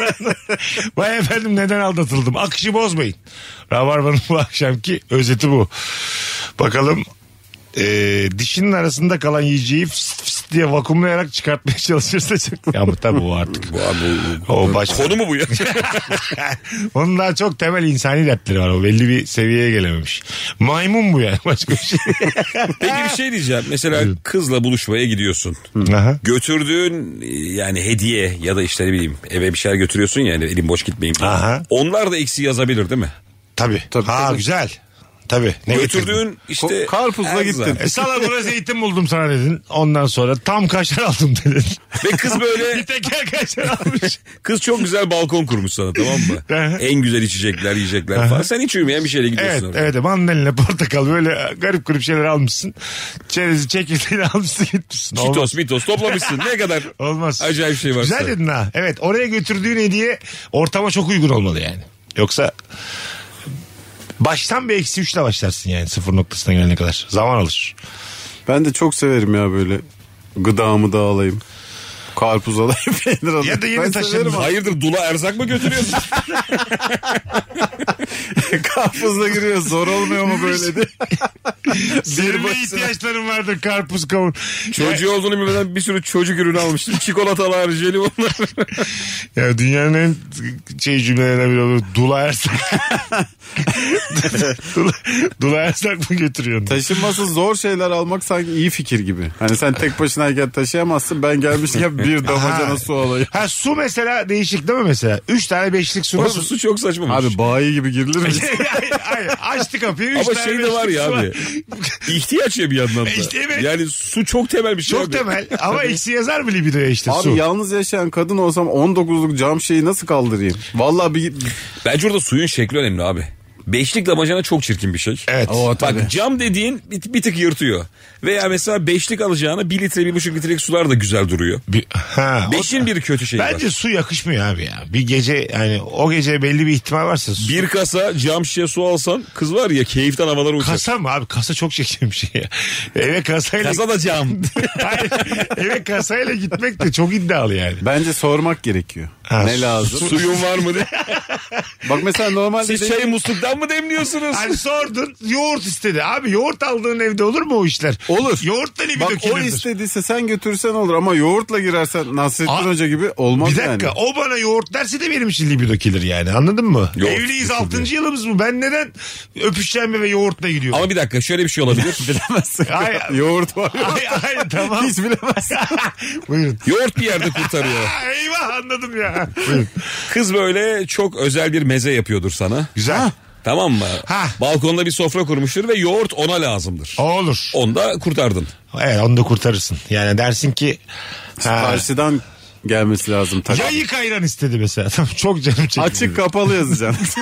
Vay efendim neden aldatıldım? Akışı bozmayın. Rabarba'nın bu akşamki özeti bu. Bakalım dişinin arasında kalan yiyeceği fıst fıst diye vakumlayarak çıkartmaya çalışırsa çok... Ya bu tabii o artık. O başka. Konu mu bu ya? Onun daha çok temel insani dertleri var. O belli bir seviyeye gelememiş. Maymun bu yani başka bir şey. Peki bir şey diyeceğim. Mesela kızla buluşmaya gidiyorsun. Aha. Götürdüğün yani hediye ya da işte ne bileyim eve bir şeyler götürüyorsun yani elim boş gitmeyeyim. Aha. Onlar da eksi yazabilir değil mi? Tabii. Tabii. Güzel. Tabii. Ne Götürdüğün işte Karpuzla gittin. Salamura zeytin buldum sana dedin. Ondan sonra tam kaşar aldım dedin. ve kız böyle Bir teker kaşar almış. kız çok güzel balkon kurmuş sana, tamam mı? en güzel içecekler, yiyecekler falan. Sen hiç uyumayan bir şeyle gidiyorsun Evet, oraya. evet. Mandalina, portakal böyle garip garip şeyler almışsın. Çerezi, çekirdeğini almışsın gitmişsin. Çitos, mitos toplamışsın. Ne kadar Olmaz. acayip şey varsa. Güzel dedin ha. Evet, oraya götürdüğün hediye ortama çok uygun olmalı yani. Yoksa baştan bir -3'le başlarsın yani sıfır noktasına gelene kadar. Zaman alır. Ben de çok severim ya böyle gıdamı da alayım. Karpuz alayım, peynir alayım. Ya da yeni Ben taşındın. severim abi. Hayırdır, dula erzak mı götürüyorsun? Karpuzla giriyor, zor olmuyor mu böyle diye. Senin ne başına. ihtiyaçların vardır karpuz kavun. Çocuğu olduğunu bilmeden bir sürü çocuk ürünü almıştım. Çikolatalar, jelibonlar. Ya dünyanın en cümlelerinden biri olur. Dula Ersak. Dula Ersak mı götürüyorsun? Taşınması zor şeyler almak sanki iyi fikir gibi. Hani sen tek başınayken taşıyamazsın. Ben gelmişken bir damacana su alayım. Ha, su mesela değişik değil mi mesela? 3 tane 5'lik su. Orası su çok saçmamış. Abi bayi gibi girilir mi? Hayır, açtı kapıyı. 3 ama tane şey de var ya abi. İhtiyaç ya bir yandan da. İşte evet. Yani su çok temel bir şey. Çok abi. temel ama eksi yazar mı libidoya işte Abi su? yalnız yaşayan kadın olsam 19'luk cam şeyi nasıl kaldırayım? Vallahi bir... Bence orada suyun şekli önemli abi. 5'lik damacana çok çirkin bir şey. Evet. Bak cam dediğin bir tık yırtıyor. Veya mesela 5'lik alacağına 1 litre 1,5 litrelik sular da güzel duruyor. 5'in bir kötü şeyi var. Bence su yakışmıyor abi ya. Bir gece yani o gece belli bir ihtimal varsa su. Bir kasa cam şişe su alsan kız var ya keyiften havalara uçacak. Kasa mı abi? Kasa çok çekici bir şey ya. Eve kasayla... Kasa da cam. Hayır, eve kasayla gitmek de çok iddialı yani. Bence sormak gerekiyor. Ha, ne lazım? Suyun var mı diye. Bak mesela normalde... Siz çayı musluktan mı demliyorsunuz? Hani sordun yoğurt istedi. Abi yoğurt aldığın evde olur mu o işler? Olur. Yoğurt da libido Bak o kilirdir. istediyse sen götürsen olur ama yoğurtla girersen Nasrettin Hoca gibi olmaz Bir yani. dakika o bana yoğurt derse de benim için libido kilir yani, anladın mı? Yoğurt Evliyiz kesinlikle. 6. yılımız mı? Ben neden öpüşeceğim ve yoğurtla gidiyorum? Ama bir dakika şöyle bir şey olabilir. Bilemezsin. Hayır. Yoğurt var. Hayır tamam. Hiç bilemezsin. Buyurun. Yoğurt bir yerde kurtarıyor. Eyvah anladım ya. Buyurun. Kız böyle çok özel bir meze yapıyordur sana. Güzel. Tamam mı? Ha. Balkonda bir sofra kurmuştur ve yoğurt ona lazımdır. O olur. Onu da kurtardın. Evet onu da kurtarırsın. Yani dersin ki Karşıdan gelmesi lazım tabii. yayık ayran istedi mesela. Tamam, çok canım çekti. Açık kapalı yazacaksın.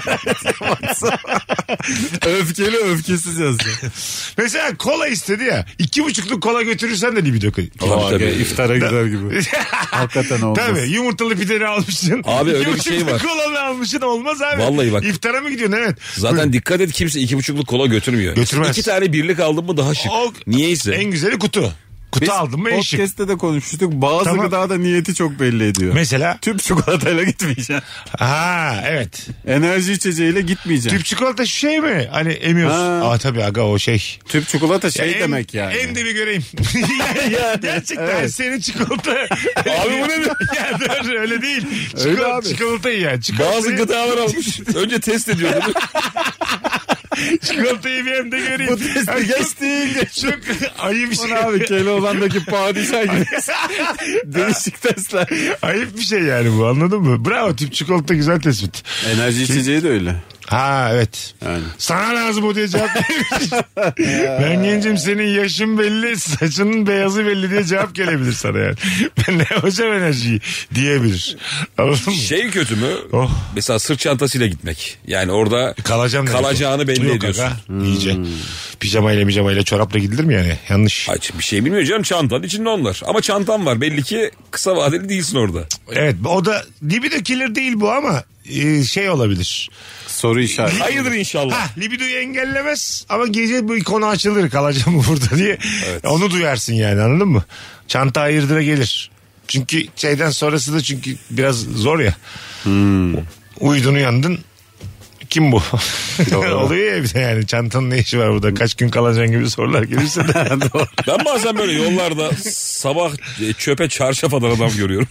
Öfkeli öfkesiz yazacaksın. Mesela kola istedi ya. 2,5'luk kola götürürsen de libido kilir. Tabii. İftara gider gibi. Hakikaten olmaz. Tabii yumurtalı pideni almışsın. Abi öyle bir şey 2,5'luk var. kolanı almışsın olmaz abi. Vallahi bak. İftara mı gidiyorsun evet. Zaten dikkat et kimse 2,5'luk kola götürmüyor. Götürmez. 2 tane birlik aldın mı daha şık. Niyeyse. En güzeli kutu. Kutu Biz aldın mı en şık. podcast'te de konuşmuştuk. Bazı Tamam. gıdada niyeti çok belli ediyor. Mesela? Tüp çikolatayla gitmeyeceksin. Ha evet. Enerji içeceğiyle gitmeyeceksin. Tüp çikolata şu şey mi? Hani emiyorsun. Ha. Tabii aga o şey. Tüp çikolata şey En- demek yani. En de bir göreyim. Gerçekten evet. senin çikolata. Abi bu ne? Ya dur öyle değil. Öyle abi. Çikolatayı yani. Bazı gıdalar almış. Önce test ediyor değil mi? Çikolatayı bir hem de göreyim. Bu testi Ay, geçti. Çok ayıp bir şey. Bu ne abi Keloğlan'daki padişah gibi. Değişik testler. Ayıp bir şey yani bu, anladın mı? Bravo, tüp çikolata güzel tespit. Enerji içeceği de öyle. Ha evet. Yani. Sana lazım o diye cevap vermiş. Ben gencim, senin yaşın belli, saçının beyazı belli diye cevap gelebilir sana yani. Ben ne yapacağım enerjiyi diyebilir. Anladın mı? Şey kötü mü? Oh. Mesela sırt çantasıyla gitmek. Yani orada Kalacağım demek kalacağını o. belli Yok ediyorsun. aga, iyice. Pijamayla çorapla gidilir mi yani? Yanlış. Ay, bir şey bilmiyorum canım, çantanın içinde onlar. Ama çantam var, belli ki kısa vadeli değilsin orada. Evet, o da libido killer değil bu ama şey olabilir. Soru işareti. Hayırdır inşallah. Ha, libidoyu engellemez ama gece bu konu açılır, kalacağım mı burada diye. Evet. Onu duyarsın yani, anladın mı? Çanta ayırdıra gelir. Çünkü şeyden sonrası da çünkü biraz zor ya. Uyudun uyandın. Kim bu? Oluyor ya bir de yani çantanın ne işi var burada, kaç gün kalacaksın gibi sorular gelirse de. Ben bazen böyle yollarda sabah çöpe çarşaf atan adam görüyorum.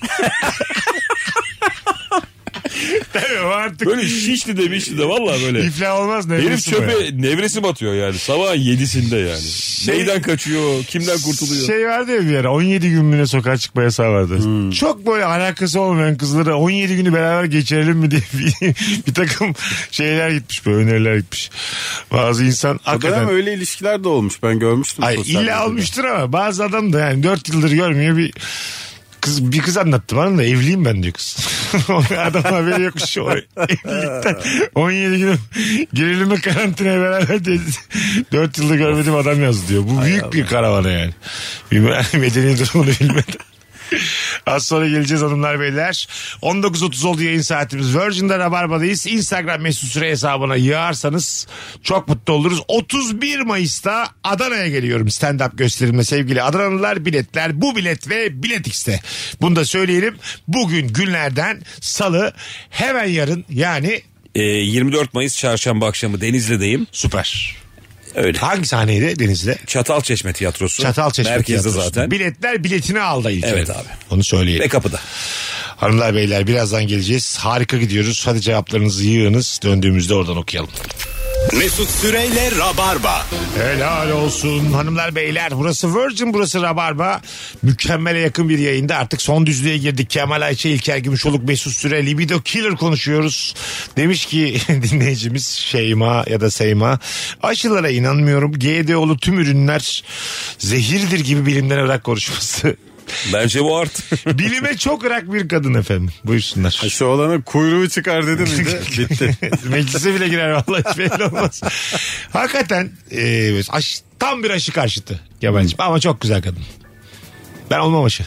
Tabii o artık. Böyle şişli de vallahi böyle. İflah olmaz. Herif çöpe nevresi batıyor yani sabahın 7'sinde yani. Neyden kaçıyor, kimden kurtuluyor? Şey vardı ya bir ara 17 gün mü ne sokağa çıkma yasağı vardı. Çok böyle alakası olmayan kızlara 17 günü beraber geçirelim mi diye bir takım şeyler gitmiş, böyle öneriler gitmiş. Bazı insan hakikaten. Ama öyle ilişkiler de olmuş, ben görmüştüm. Ay illa olmuştur ama bazı adam da yani 4 yıldır görmüyor bir kız anlattı bana da, evliyim ben diyor kız. Adam haberi yokmuş o evlilikten. 17 gün gerilimi karantinaya beraber diye 4 yıldır görmediğim adam yazdı diyor. Bu büyük bir karavana yani. Bir medeni durumunu bilmeden. Az sonra geleceğiz hanımlar beyler. 19.30 oldu yayın saatimiz. Virgin'de Rabarba'dayız. Instagram mesut süre hesabına yığarsanız çok mutlu oluruz. 31 Mayıs'ta Adana'ya geliyorum stand-up gösterimle sevgili Adanalılar. Biletler bu bilet ve Bilet X'te. Bunu da söyleyelim. Bugün günlerden salı, hemen yarın yani 24 Mayıs çarşamba akşamı Denizli'deyim. Süper. Öyle. Hangi sahneydi Denizli'de? Çatalçeşme Tiyatrosu. Çatalçeşme Merkezde Tiyatrosu. zaten. Biletler biletini aldı ilk. Evet abi. Onu söyleyelim. Ve kapıda. Hanımlar beyler birazdan geleceğiz. Harika gidiyoruz. Hadi cevaplarınızı yığınız. Döndüğümüzde oradan okuyalım. Mesut Süreyle Rabarba. Helal olsun hanımlar beyler. Burası Virgin, burası Rabarba. Mükemmele yakın bir yayında artık son düzlüğe girdik. Kemal Ayça, İlker Gümüşoluk, Mesut Süre, Libido Killer konuşuyoruz. Demiş ki dinleyicimiz Şeyma ya da Seyma, aşılara inanmıyorum. GDO'lu tüm ürünler zehirdir gibi bilimden evrak konuşması. Bence bu art. Bilime çok rak bir kadın efendim. Buyursunlar. Şu olana kuyruğu çıkar dedi miydi? Bitti. Meclise bile girer vallahi, hiç belli olmaz. Hakikaten tam bir aşı karşıtı Kemal'cim ama çok güzel kadın. Ben olmam aşı.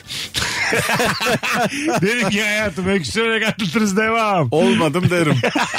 Dedim ki hayatım öksürerek atlatırız, devam. Olmadım derim.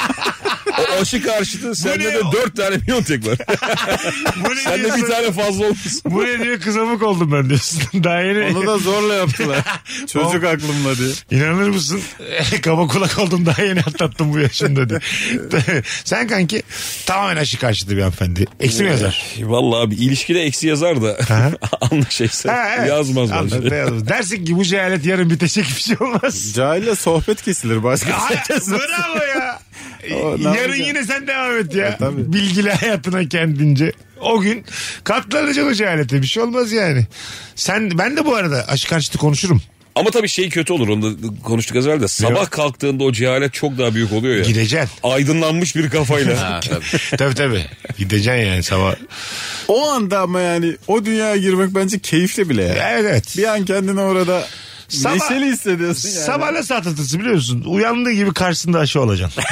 O aşı karşıtı sende de 4 tane Biontech var. Sende bir tane fazla olmuş. Bu ne diyor, kızamık oldum ben diyorsun. Daha yeni. Onu da zorla yaptılar. Çocuk aklımla diye. İnanır mısın? Kaba kulak oldum, daha yeni atlattım bu yaşımda diye. Sen kanki tamamen aşı karşıtı bir hanımefendi. Eksi mi yazar? Vallahi abi ilişkide eksi yazar da anlaşıysa evet. Yazmaz bence. Dersin ki bu cehalet yarın bitecek, bir şey olmaz. Cahille sohbet kesilir başka. Bravo ya. Yarın yapacağım? yine sen devam et ya. Bilgili hayatına kendince. O gün katlanacaksın o cehalete, bir şey olmaz yani. Ben de bu arada aşı karşıtı konuşurum. Ama tabii şey kötü olur, onu da konuştuk az evvel de. Sabah kalktığında o cehalet çok daha büyük oluyor ya. Gideceksin. Aydınlanmış bir kafayla. Tabii. Gideceksin yani sabah. O anda ama yani o dünyaya girmek bence keyifli bile ya. Evet. Bir an kendini orada neşeli hissediyorsun yani. Sabah nasıl atlatırsın biliyor musun? Uyandığı gibi karşısında aşı olacaksın.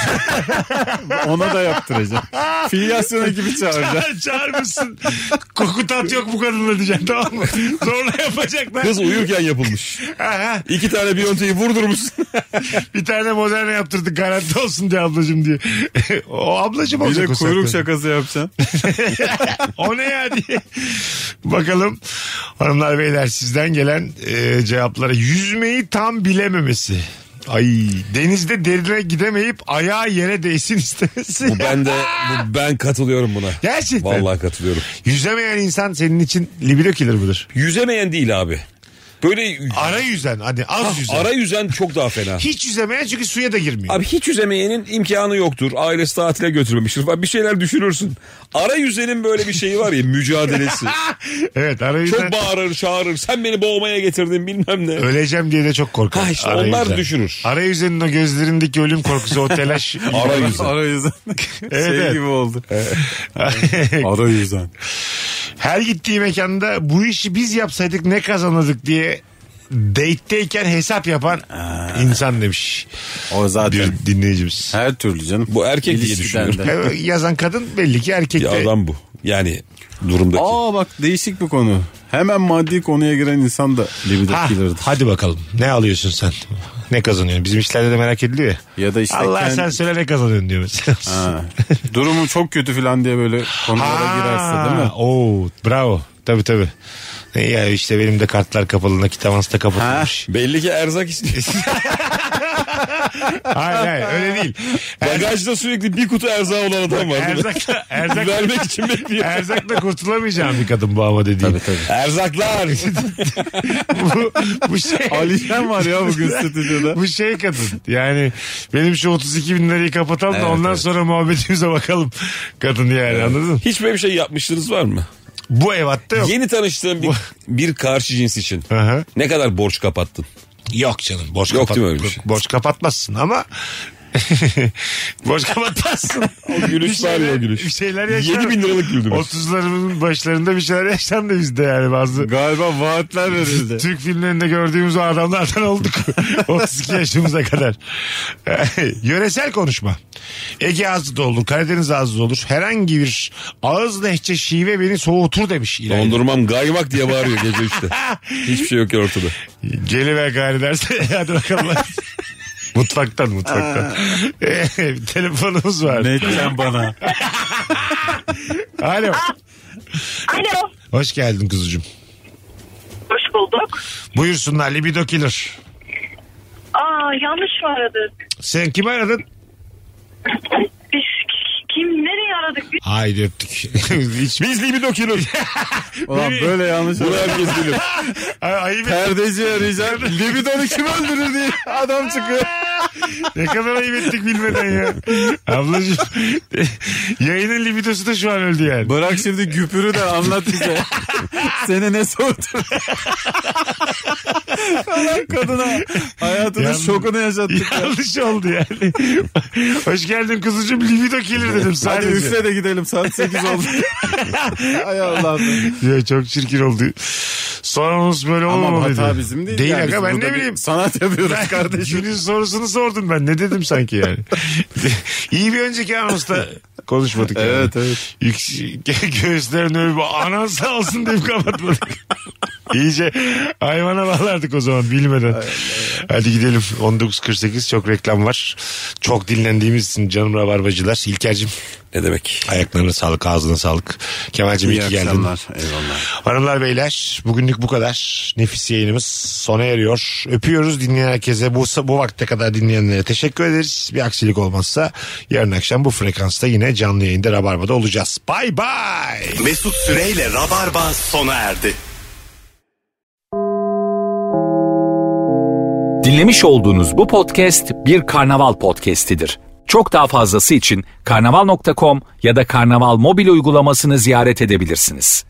Ona da yaptıracağım. Filyasyon ekibi çağıracağım. Çağırmışsın. Koku tat yok bu kadınla diyeceksin, tamam mı? Zorla yapacaklar. Kız uyurken yapılmış. Aha. 2 tane Biontech'i vurdurmuşsun. Bir tane Moderna yaptırdık garanti olsun diye ablacığım diye. O ablacığım Bir olacak de o kuyruk saatte. şakası yapacaksın. O ne ya diye. Bakalım hanımlar beyler sizden gelen cevaplara. Yüzmeyi tam bilememesi. Ay, denizde derine gidemeyip ayağı yere değsin istemesi. Ben katılıyorum buna. Gerçekten. Vallahi katılıyorum. Yüzemeyen insan senin için libido killer mıdır? Yüzemeyen değil abi. Böyle Ara yüzen, hani az yüzen. Ara yüzen çok daha fena. Hiç yüzemeyen çünkü suya da girmiyor. Abi hiç yüzemeyenin imkanı yoktur. Ailesi tatile götürmemiştir. Bir şeyler düşünürsün. Ara yüzenin böyle bir şeyi var ya, mücadelesi. Evet, ara yüzen. Çok bağırır çağırır. Sen beni boğmaya getirdin bilmem ne. Öleceğim diye de çok korkar. Ha işte Ara onlar yüzen. düşürür. Ara yüzenin o gözlerindeki ölüm korkusu, o telaş. Ara yüzen. Ara yüzen. Evet. Gibi oldu. Ara yüzen. Her gittiği mekanda bu işi biz yapsaydık ne kazanırdık diye date'teyken hesap yapan insan demiş. O zaten. Bir dinleyicimiz. Her türlü canım. Bu erkek diye İlişkiden düşünüyorum. de. Yazan kadın belli ki erkek Ya de. adam bu. Yani durumdaki. Bak değişik bir konu. Hemen maddi konuya giren insan da libido killer'dır. Hadi bakalım, ne alıyorsun sen? Ne kazanıyorsun? Bizim işlerde de merak ediliyor ya. Ya da işte Allah sen söyle ne kazanıyorsun diyor mesela. Durumu çok kötü falan diye böyle konulara girerse değil mi? Oo, bravo. Tabii. Ya işte benim de kartlar kapalı, nakit avans da kapatılmış. Belli ki erzak istiyor. Hayır öyle değil. Bagajda sürekli bir kutu erzağı olan adam var. Erzak Vermek için bekliyor. Erzakla kurtulamayacağım bir kadın bu ama dediğim. Tabii. Erzaklar. bu şey. Alişan var ya bugün stüdyoda. Bu şey kadın. Yani benim şu 32 bin lirayı kapatalım da ondan sonra muhabbetimize bakalım. Kadın yani, anladın mı? Hiç böyle bir şey yapmıştınız var mı? Bu evatta yok. Yeni tanıştığın bir karşı cins için Aha. ne kadar borç kapattın? Yok canım. Borç Yok değil mi öyle bir şey? Borç kapatmazsın ama borç kapatmazsın. O gülüş var ya, o gülüş. Bir şeyler yaşandı. 7 bin liralık güldüm. 30'larımın başlarında bir şeyler yaşandı bizde yani bazı. Galiba vaatler verildi. Türk filmlerinde gördüğümüz o adamlardan olduk. 32 yaşımıza kadar. Yöresel konuşma. Ege ağzı da olur, Karadeniz ağzı da olur. Herhangi bir ağız lehçe şive beni soğutur demiş. Dondurmam gaymak diye bağırıyor gece 3'te. Hiçbir şey yok ya ortada. Geliver gari derse hadi bakalım. Mutfaktan. Telefonumuz var. Ne diyeceğim bana? Alo. Alo. Hoş geldin kuzucuğum. Hoş bulduk. Buyursunlar, libido killer. Yanlış mı aradık? Sen kimi aradın? Biz nereye aradık? Haydi öptük. Biz libido killer. Ulan böyle yanlış Bunu herkes bilir. Ayıp. Perdeci arayacağım. Libidonu kim öldürür diye adam çıkıyor. Ne kadar ayıp ettik bilmeden ya. Ablacığım yayının libidosu da şu an öldü yani. Bırak şimdi güpürü de anlat bize. Seni ne soğutur? Kadına hayatının şokunu yaşattık. Yanlış oldu yani. Hoş geldin kuzucuğum, libido killer dedim sadece. Hadi üfle de gidelim, saat 8 oldu. Ay Allah'ım. Ya çok çirkin oldu. Sorumuz böyle olmamalıydı. Ama hata bizim değil. Değil yani. aga, ben ne bileyim. Sanat yapıyoruz kardeşim. Günün sorusunu sordum ben. Ne dedim sanki yani. İyi bir önceki anonsta konuşmadık yani. Evet. Göğüslerin öyle bir anan sağ olsun deyip kapatmadık. İyice hayvana bağlardık o zaman bilmeden. Hadi gidelim. 19.48 çok reklam var. Çok dinlendiğimiz için canım rabarbacılar. İlker'cim. Ne demek? Ayaklarına sağlık, ağzına sağlık. Kemal'cim iyi ki geldin. Eyvallah. Hanımlar beyler, bugünlük bu kadar. Nefis yayınımız sona eriyor. Öpüyoruz dinleyen herkese. Bu vakte kadar dinleyenlere teşekkür ederiz. Bir aksilik olmazsa yarın akşam bu frekansta yine canlı yayında Rabarba'da olacağız. Bye bye. Mesut Süreyle Rabarba sona erdi. Dinlemiş olduğunuz bu podcast bir karnaval podcastidir. Çok daha fazlası için karnaval.com ya da karnaval mobil uygulamasını ziyaret edebilirsiniz.